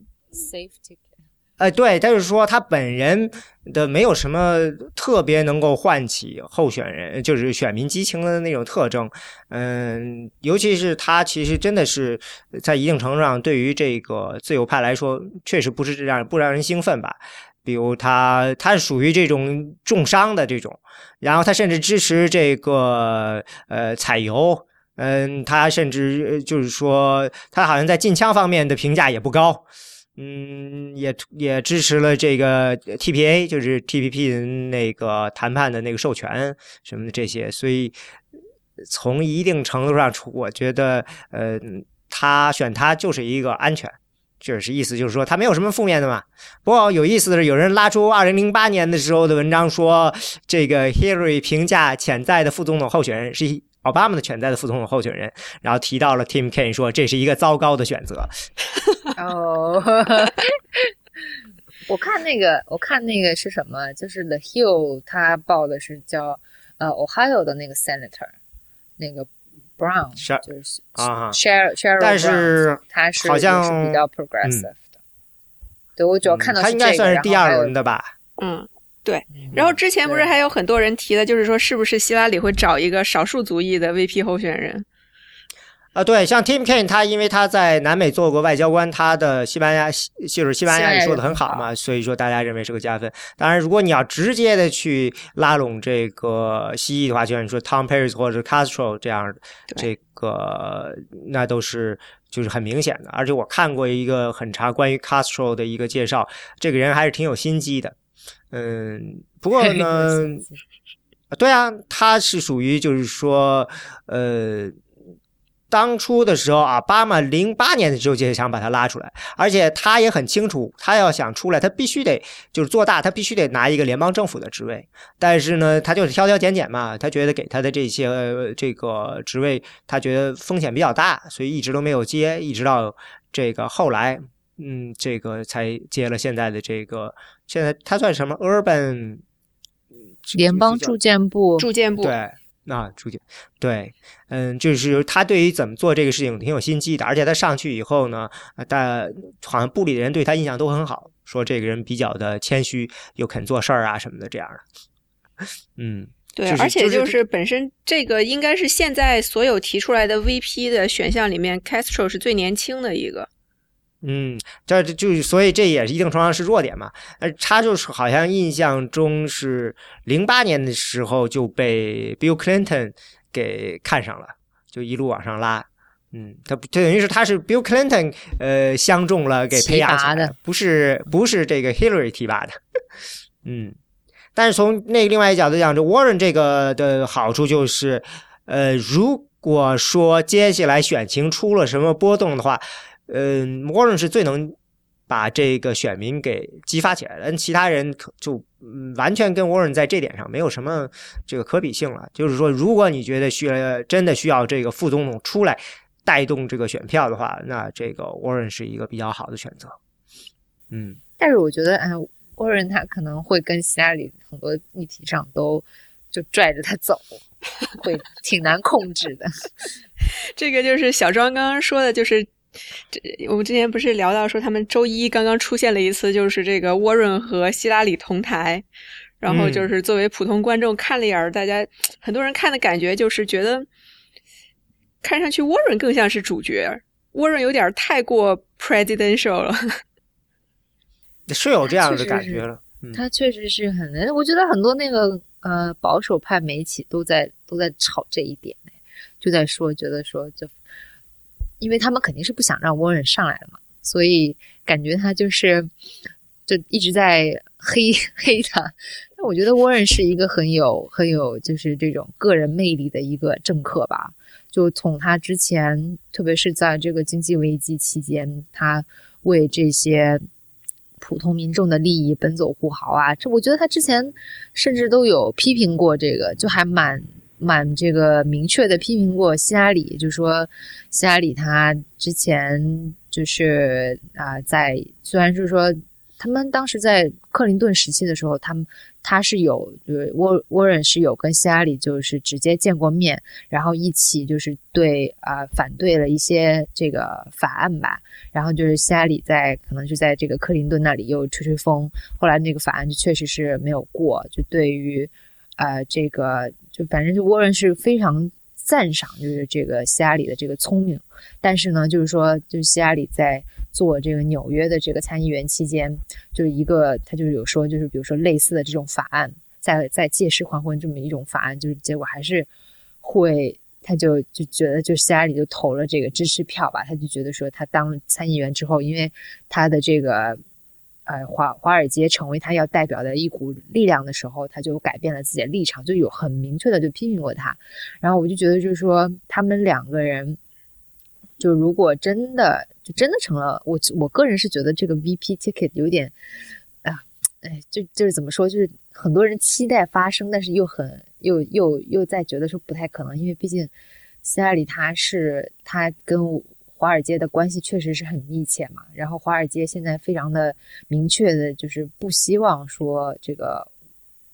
safety。 呃，对，他就是说他本人的没有什么特别能够唤起候选人，就是选民激情的那种特征。嗯，尤其是他其实真的是在一定程度上对于这个自由派来说，确实不是让不让人兴奋吧。比如他他是属于这种重伤的这种，然后他甚至支持这个呃采油。嗯，他甚至就是说他好像在禁枪方面的评价也不高。嗯，也也支持了这个 T P A， 就是 T P P 那个谈判的那个授权什么的这些，所以从一定程度上，我觉得呃，他选他就是一个安全，就是意思就是说他没有什么负面的嘛。不过有意思的是，有人拉出二零零八年的时候的文章说，这个 Hillary 评价潜在的副总统候选人是奥巴马的潜在的副总统候选人，然后提到了 Tim Kaine 说这是一个糟糕的选择。 哦，我看那个，我看那个是什么？就是 The Hill 他报的是叫呃 Ohio 的那个 Senator， 那个 Brown， 是就是 Sheryl Sheryl， 但是他是好像是比较 progressive 的。嗯、对，我主要看到是、这个嗯、他应该算是第二轮的吧。 嗯，对。然后之前不是还有很多人提的，就是说是不是希拉里会找一个少数族裔的 V P 候选人？ 啊，对，像 Tim Kaine， 他因为他在南美做过外交官，他的西班牙就是西班牙语说的很好嘛，所以说大家认为是个加分。当然，如果你要直接的去拉拢这个西裔的话，就像你说 Tom Perez 或者 Castro 这样，这个那都是就是很明显的。而且我看过一个很长关于 Castro 的一个介绍，这个人还是挺有心机的。嗯，不过呢，对啊，他是属于就是说，呃。当初的时候啊，奥巴马零八年的时候就想把他拉出来，而且他也很清楚，他要想出来，他必须得就是做大，他必须得拿一个联邦政府的职位。但是呢，他就是挑挑拣拣嘛，他觉得给他的这些、呃、这个职位，他觉得风险比较大，所以一直都没有接，一直到这个后来，嗯，这个才接了现在的这个，现在他算什么 urban 联邦住建部， 住建部对。啊，出去，对，嗯，就是他对于怎么做这个事情挺有心机的，而且他上去以后呢，但好像部里的人对他印象都很好，说这个人比较的谦虚，又肯做事儿啊什么的这样的。嗯， 对， 就是、 而且就是本身这个应该是现在所有提出来的 V P 的选项里面 ，Castro 是最年轻的一个。 嗯，这就所以这也是一定程度上是弱点嘛。呃，他就是好像印象中是零八年的时候就被 Bill Clinton 给看上了，就一路往上拉。嗯，他等于是他是 Bill Clinton 呃相中了给培养起来的，不是不是这个 Hillary 提拔的。嗯，但是从那另外一角度讲，这 Warren 这个的好处就是，呃，如果说接下来选情出了什么波动的话。嗯 ，Warren 是最能把这个选民给激发起来的，其他人就、嗯、完全跟 Warren 在这点上没有什么这个可比性了。就是说，如果你觉得需要真的需要这个副总统出来带动这个选票的话，那这个 Warren 是一个比较好的选择。嗯， 但是我觉得，哎，Warren 他可能会跟希拉里很多议题上都就拽着他走，会挺难控制的。 这个就是小庄刚刚说的，就是这我们之前不是聊到说他们周一刚刚出现了一次，就是这个沃伦和希拉里同台，然后就是作为普通观众看了一眼，大家很多人看的感觉就是觉得看上去沃伦更像是主角，沃伦有点太过 presidential 了， 是有这样的感觉了。 他确实是很，我觉得很多那个呃保守派媒体都在都在吵这一点，就在说觉得说就。因为他们肯定是不想让沃伦上来了嘛，所以感觉他就是就一直在黑黑他。但我觉得沃伦是一个很有很有就是这种个人魅力的一个政客吧。就从他之前，特别是在这个经济危机期间，他为这些普通民众的利益奔走呼号啊，这我觉得他之前甚至都有批评过这个，就还蛮。蛮这个明确的批评过希拉里，就是说希拉里他之前就是啊、呃，在虽然是说他们当时在克林顿时期的时候，他们他是有就是沃沃伦是有跟希拉里就是直接见过面，然后一起就是对啊、呃、反对了一些这个法案吧，然后就是希拉里在可能是在这个克林顿那里又吹吹风，后来那个法案就确实是没有过，就对于呃这个。就反正就沃伦是非常赞赏就是这个希拉里的这个聪明，但是呢就是说就是希拉里在做这个纽约的这个参议员期间，就是一个他就是有说就是比如说类似的这种法案，在在借尸还魂这么一种法案，就是结果还是会他就就觉得就希拉里就投了这个支持票吧，他就觉得说他当了参议员之后，因为他的这个呃，华华尔街成为他要代表的一股力量的时候，他就改变了自己的立场，就有很明确的就批评过他。然后我就觉得就是说他们两个人就如果真的就真的成了我我个人是觉得这个 V P ticket 有点啊哎就就是怎么说，就是很多人期待发生，但是又很又又又在觉得说不太可能，因为毕竟希拉里他是他跟华尔街的关系确实是很密切嘛，然后华尔街现在非常的明确的就是不希望说这个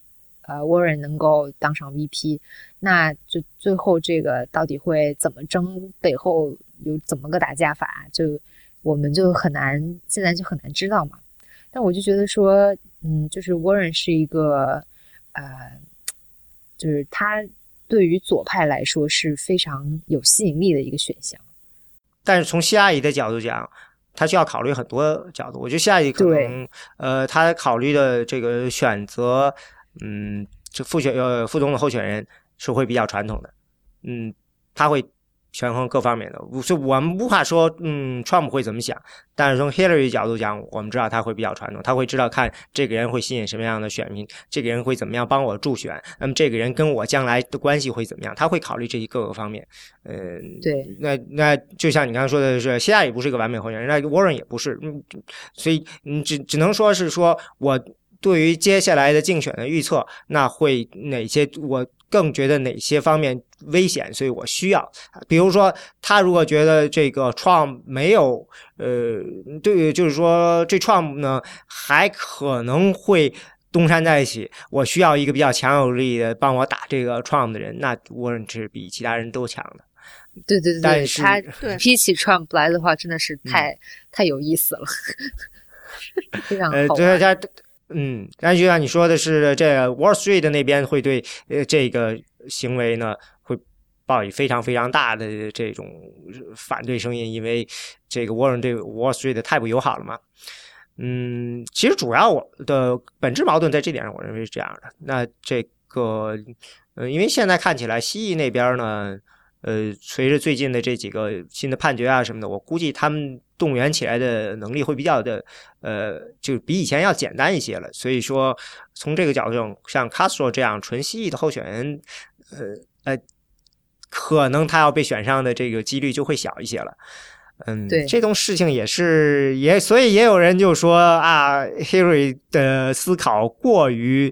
呃 Warren 能够当上 V P， 那就最后这个到底会怎么争，背后有怎么个打架法，就我们就很难现在就很难知道嘛。但我就觉得说，嗯，就是 Warren 是一个呃，就是他对于左派来说是非常有吸引力的一个选项。 但是从希拉里的角度讲，他需要考虑很多角度。我觉得希拉里可能呃，他考虑的这个选择，嗯，这副选呃副总统候选人是会比较传统的，嗯，他会权衡各方面的，所以我们无法说，嗯 ，Trump 会怎么想。但是从 Hillary 角度讲，我们知道他会比较传统，他会知道看这个人会吸引什么样的选民，这个人会怎么样帮我助选，那么这个人跟我将来的关系会怎么样，他会考虑这一各个方面。嗯， 对， 那那就像你刚才说的是，希拉里不是一个完美候选人，那 Warren 也不是，嗯，所以你只只能说是说我对于接下来的竞选的预测，那会哪些我更觉得哪些方面危险，所以我需要，比如说他如果觉得这个 Trump 没有呃对，就是说这 Trump 呢还可能会东山再起，我需要一个比较强有力的帮我打这个 Trump 的人，那 Warren 是比其他人都强的。 对对对，他比起 Trump 来的话真的是太、嗯、太有意思了。非常好玩。 呃对他嗯，但就像你说的是，这个 Wall Street 那边会对呃这个行为呢会抱以非常非常大的这种反对声音，因为这个 Warren 对 Wall Street 太不友好了嘛。嗯，其实主要我的本质矛盾在这点上，我认为是这样的。那这个呃，因为现在看起来西裔那边呢，呃，随着最近的这几个新的判决啊什么的，我估计他们动员起来的能力会比较的，呃，就比以前要简单一些了。所以说，从这个角度上，像 Castro 这样纯西裔的候选人，呃呃，可能他要被选上的这个几率就会小一些了。嗯， 对， 这种事情也是也，所以也有人就说啊 ，Hillary 的思考过于，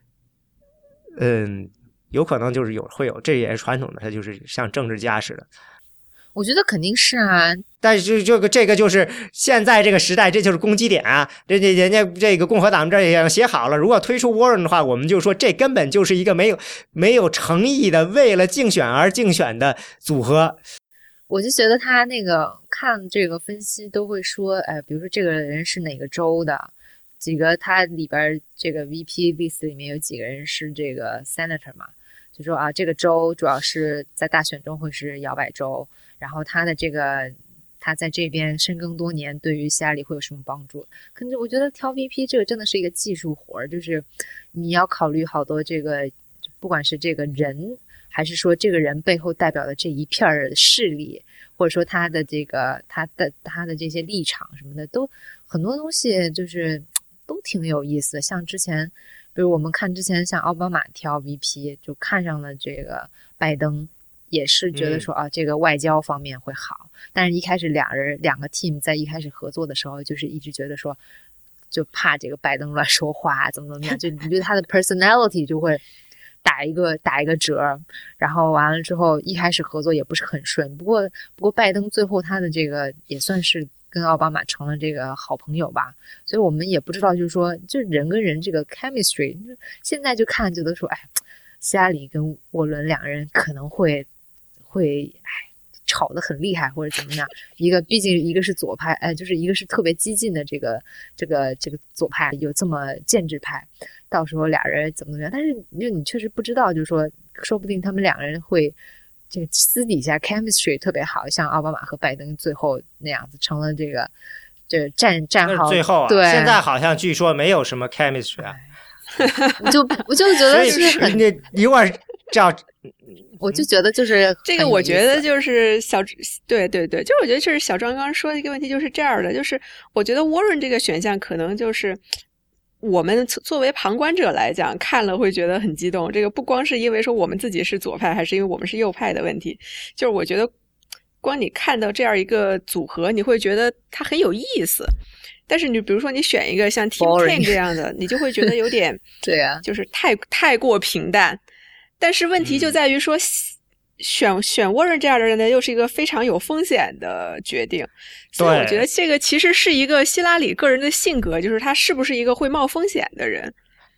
嗯。有可能就是有会有，这也是传统的，它就是像政治家似的。 我觉得肯定是啊， 但是这个这个就是现在这个时代，这就是攻击点啊！这这人家这个共和党这也写好了，如果推出 Warren 的话，我们就说这根本就是一个没有没有诚意的为了竞选而竞选的组合。 我就觉得他那个看这个分析都会说，哎，比如说这个人是哪个州的。几个他里边这个 V P list 里面有几个人是这个 senator 嘛，就说啊这个州主要是在大选中会是摇摆州，然后他的这个他在这边深耕多年对于希拉里会有什么帮助。可是我觉得挑 V P 这个真的是一个技术活，就是你要考虑好多这个不管是这个人还是说这个人背后代表的这一片的势力，或者说他的这个他的他的这些立场什么的，都很多东西就是都挺有意思的。像之前比如我们看之前像奥巴马挑 V P 就看上了这个拜登，也是觉得说、嗯、啊这个外交方面会好，但是一开始俩人两个 team 在一开始合作的时候就是一直觉得说就怕这个拜登乱说话怎么怎么样，就你觉得他的 personality 就会打一个打一个折，然后完了之后一开始合作也不是很顺，不过不过拜登最后他的这个也算是跟奥巴马成了这个好朋友吧，所以我们也不知道就是说就人跟人这个 chemistry 现在就看觉得说哎，希拉里跟沃伦两个人可能会会哎吵得很厉害或者怎么样，一个毕竟一个是左派，哎，就是一个是特别激进的这个这个这个左派，有这么建制派，到时候俩人怎么怎么样，但是就你确实不知道，就是说说不定他们两个人会这个私底下 chemistry 特别好，像奥巴马和拜登最后那样子成了这个这战战好最后啊， 对， 现在好像据说没有什么 chemistry 啊， 我就我就觉得是很你一会儿照。 我就觉得就是这个，我觉得就是小对对对，就我觉得这是小张刚刚说的一个问题，就是这样的，就是我觉得 Warren 这个选项可能就是我们作为旁观者来讲看了会觉得很激动，这个不光是因为说我们自己是左派，还是因为我们是右派的问题，就是我觉得光你看到这样一个组合，你会觉得它很有意思。但是你比如说你选一个像 Tim Kaine 这样的，你就会觉得有点对啊， 就是太太过平淡。但是问题就在于说、嗯、选选 Warren 这样的人呢又是一个非常有风险的决定，所以我觉得这个其实是一个希拉里个人的性格，就是他是不是一个会冒风险的人。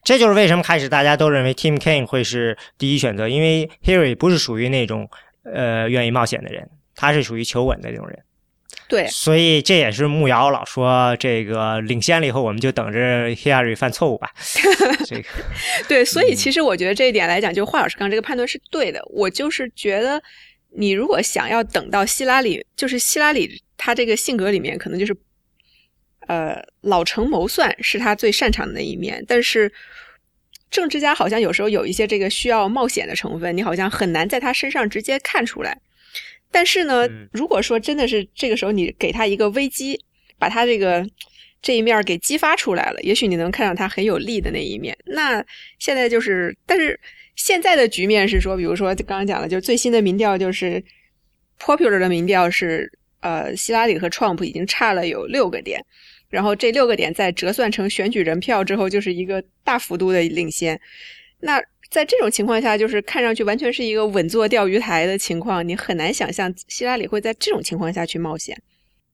这就是为什么开始大家都认为 Tim Kaine 会是第一选择，因为 Hillary 不是属于那种呃愿意冒险的人，他是属于求稳的那种人。 对， 所以这也是慕瑶老说这个领先了以后我们就等着 Hillary 犯错误吧。这个对，所以其实我觉得这一点来讲，就华老师刚这个判断是对的。我就是觉得你如果想要等到希拉里，就是希拉里他这个性格里面可能就是呃老成谋算是他最擅长的那一面，但是政治家好像有时候有一些这个需要冒险的成分，你好像很难在他身上直接看出来。但是呢，如果说真的是这个时候你给他一个危机，把他这个这一面给激发出来了，也许你能看到他很有利的那一面。那现在就是，但是现在的局面是说，比如说刚刚讲了，就是最新的民调就是 popular 的民调是呃，希拉里和 Trump 已经差了有六个点，然后这六个点再折算成选举人票之后，就是一个大幅度的领先。那在这种情况下，就是看上去完全是一个稳坐钓鱼台的情况，你很难想象希拉里会在这种情况下去冒险。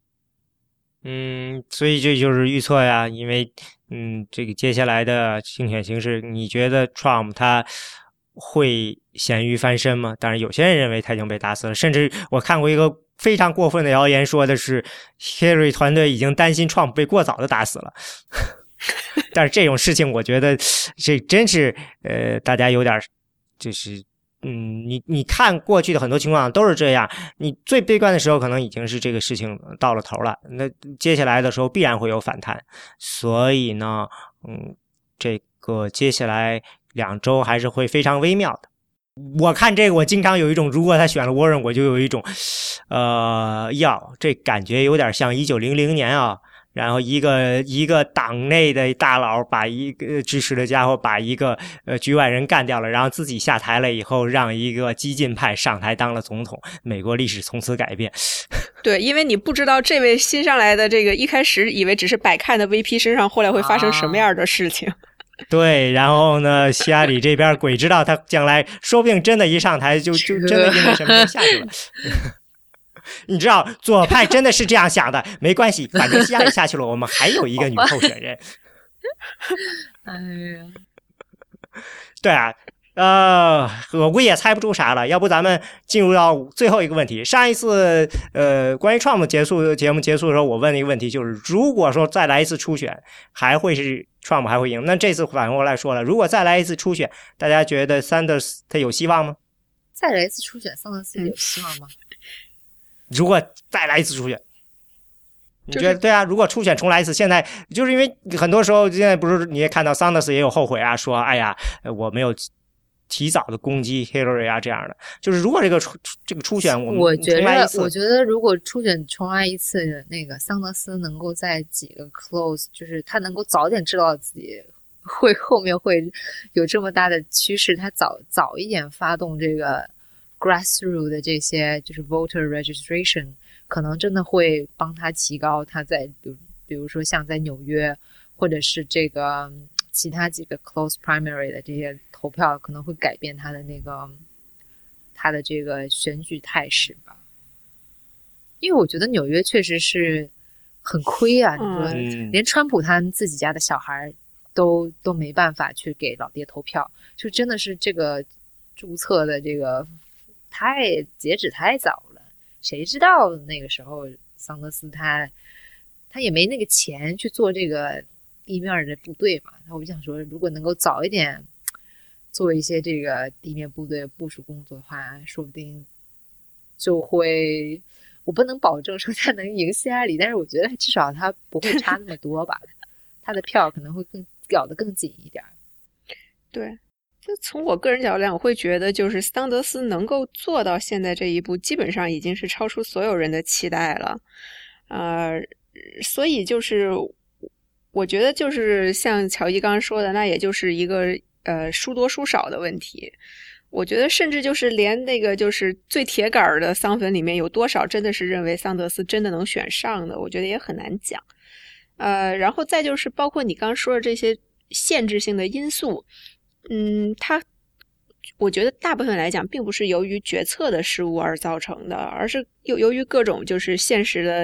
嗯，所以这就是预测呀，因为嗯，这个接下来的竞选形势，你觉得 Trump 他会咸鱼翻身吗？当然，有些人认为他已经被打死了，甚至我看过一个非常过分的谣言，说的是 Hillary 团队已经担心 Trump 被过早的打死了。但是这种事情我觉得这真是呃大家有点就是嗯你你看过去的很多情况都是这样，你最悲观的时候可能已经是这个事情到了头了，那接下来的时候必然会有反弹。所以呢嗯这个接下来两周还是会非常微妙的。我看这个我经常有一种，如果他选了 Warren 我就有一种呃要这感觉有点像一九零零年啊，然后一个一个党内的大佬把一个支持的家伙把一个呃局外人干掉了，然后自己下台了以后让一个激进派上台当了总统，美国历史从此改变。 对，因为你不知道这位新上来的这个一开始以为只是摆看的 V P 身上后来会发生什么样的事情。啊对，然后呢希拉里这边鬼知道他将来说不定真的一上台就就真的因为什么就下去了。你知道左派真的是这样想的，没关系，反正希拉里下去了我们还有一个女候选人。 哎呀， 对啊呃，我估计也猜不出啥了，要不咱们进入到最后一个问题。上一次呃，关于 Trump 结束节目结束的时候，我问了一个问题，就是如果说再来一次初选，还会是 Trump 还会赢？那这次反过来说了，如果再来一次初选，大家觉得 Sanders 他有希望吗？ 再来一次初选，桑德斯有希望吗？ 如果再来一次初选，你觉得、就是、对啊？如果初选重来一次，现在就是因为很多时候现在不是你也看到 Sanders 也有后悔啊，说哎呀，我没有提早的攻击 Hillary 啊，这样的。就是如果这个初这个初选我们重来一次， 我觉得，我觉得如果初选重来一次，那个桑德斯能够在几个 close， 就是他能够早点知道自己会后面会有这么大的趋势，他早早一点发动这个 grassroots 的这些就是 voter registration， 可能真的会帮他提高他在比如比如说像在纽约或者是这个其他几个 close primary 的这些投票，可能会改变他的那个他的这个选举态势吧。因为我觉得纽约确实是很亏啊，你说连川普他们自己家的小孩都都没办法去给老爹投票，就真的是这个注册的这个太截止太早了，谁知道那个时候桑德斯他他也没那个钱去做这个地面的部队嘛。那我想说，如果能够早一点做一些这个地面部队部署工作的话，说不定就会，我不能保证说他能赢希拉里，但是我觉得至少他不会差那么多吧，他的票可能会更咬得更紧一点。 对，就从我个人角度来讲，我会觉得就是桑德斯能够做到现在这一步，基本上已经是超出所有人的期待了。呃，所以就是我觉得就是像乔伊刚刚说的，那也就是一个呃输多输少的问题。我觉得甚至就是连那个就是最铁杆的桑粉里面有多少真的是认为桑德斯真的能选上的，我觉得也很难讲。呃，然后再就是包括你刚刚说的这些限制性的因素，嗯，它我觉得大部分来讲并不是由于决策的失误而造成的，而是由由于各种就是现实的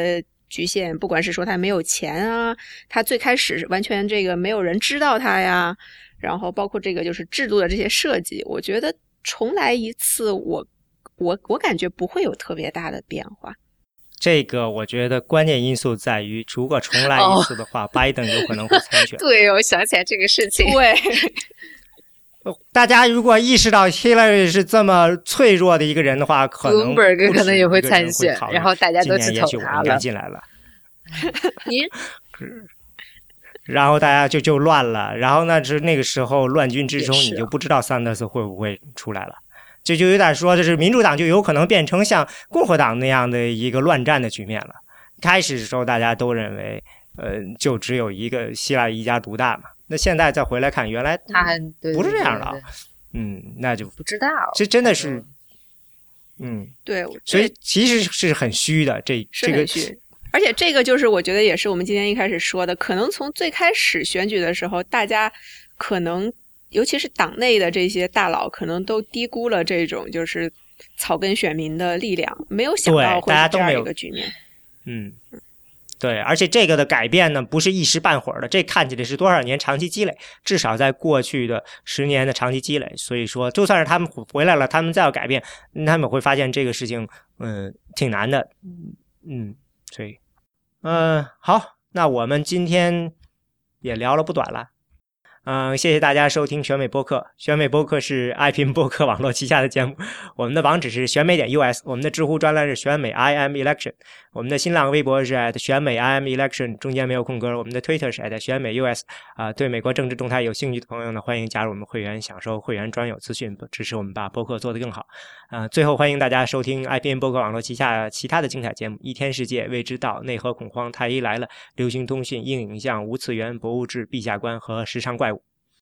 局限，不管是说他没有钱啊，他最开始完全这个没有人知道他呀，然后包括这个就是制度的这些设计，我觉得重来一次我我我感觉不会有特别大的变化。 这个我觉得关键因素在于，如果重来一次的话，拜登有可能会参选。 对，我想起来这个事情。 对， 大家如果意识到 Hillary 是这么脆弱的一个人的话，可能 Bloomberg 可能也会参选， 会然后大家都去投他了。 进来了， 你， 然后大家就就乱了，然后呢是那个时候乱军之中， 啊你就不知道桑德斯会不会出来了。这就有点说，就是民主党就有可能变成像共和党那样的一个乱战的局面了。开始的时候大家都认为，呃，就只有一个希拉里一家独大嘛。那现在再回来看，原来他不是这样的。 对对对对嗯，那就不知道。 这真的是，嗯， 对， 所以其实是很虚的。这这个虚，而且这个就是我觉得也是我们今天一开始说的，可能从最开始选举的时候，大家可能。尤其是党内的这些大佬，可能都低估了这种就是草根选民的力量，没有想到会是这样一个局面。 嗯，对，而且这个的改变呢，不是一时半会儿的，这看起来是多少年长期积累，至少在过去的十年的长期积累。所以说，就算是他们回来了，他们再要改变，他们会发现这个事情，嗯，挺难的。嗯，所以，嗯，好，那我们今天也聊了不短了。嗯，谢谢大家收听选美播客。选美播客是爱拼播客网络旗下的节目，我们的网址是选美点 U S， 我们的知乎专栏是选美 I am election， 我们的新浪微博是 at 选美 I am election， 中间没有空格，我们的 Twitter 是 at 选美 U S。啊、呃，对美国政治动态有兴趣的朋友呢，欢迎加入我们会员，享受会员专有资讯，支持我们把播客做得更好。啊、呃，最后欢迎大家收听爱拼播客网络旗下其他的精彩节目：一天世界、未知道、内核恐慌、太医来了、流行通讯、硬影像、无次元、博物志、陛下观和时尚怪物。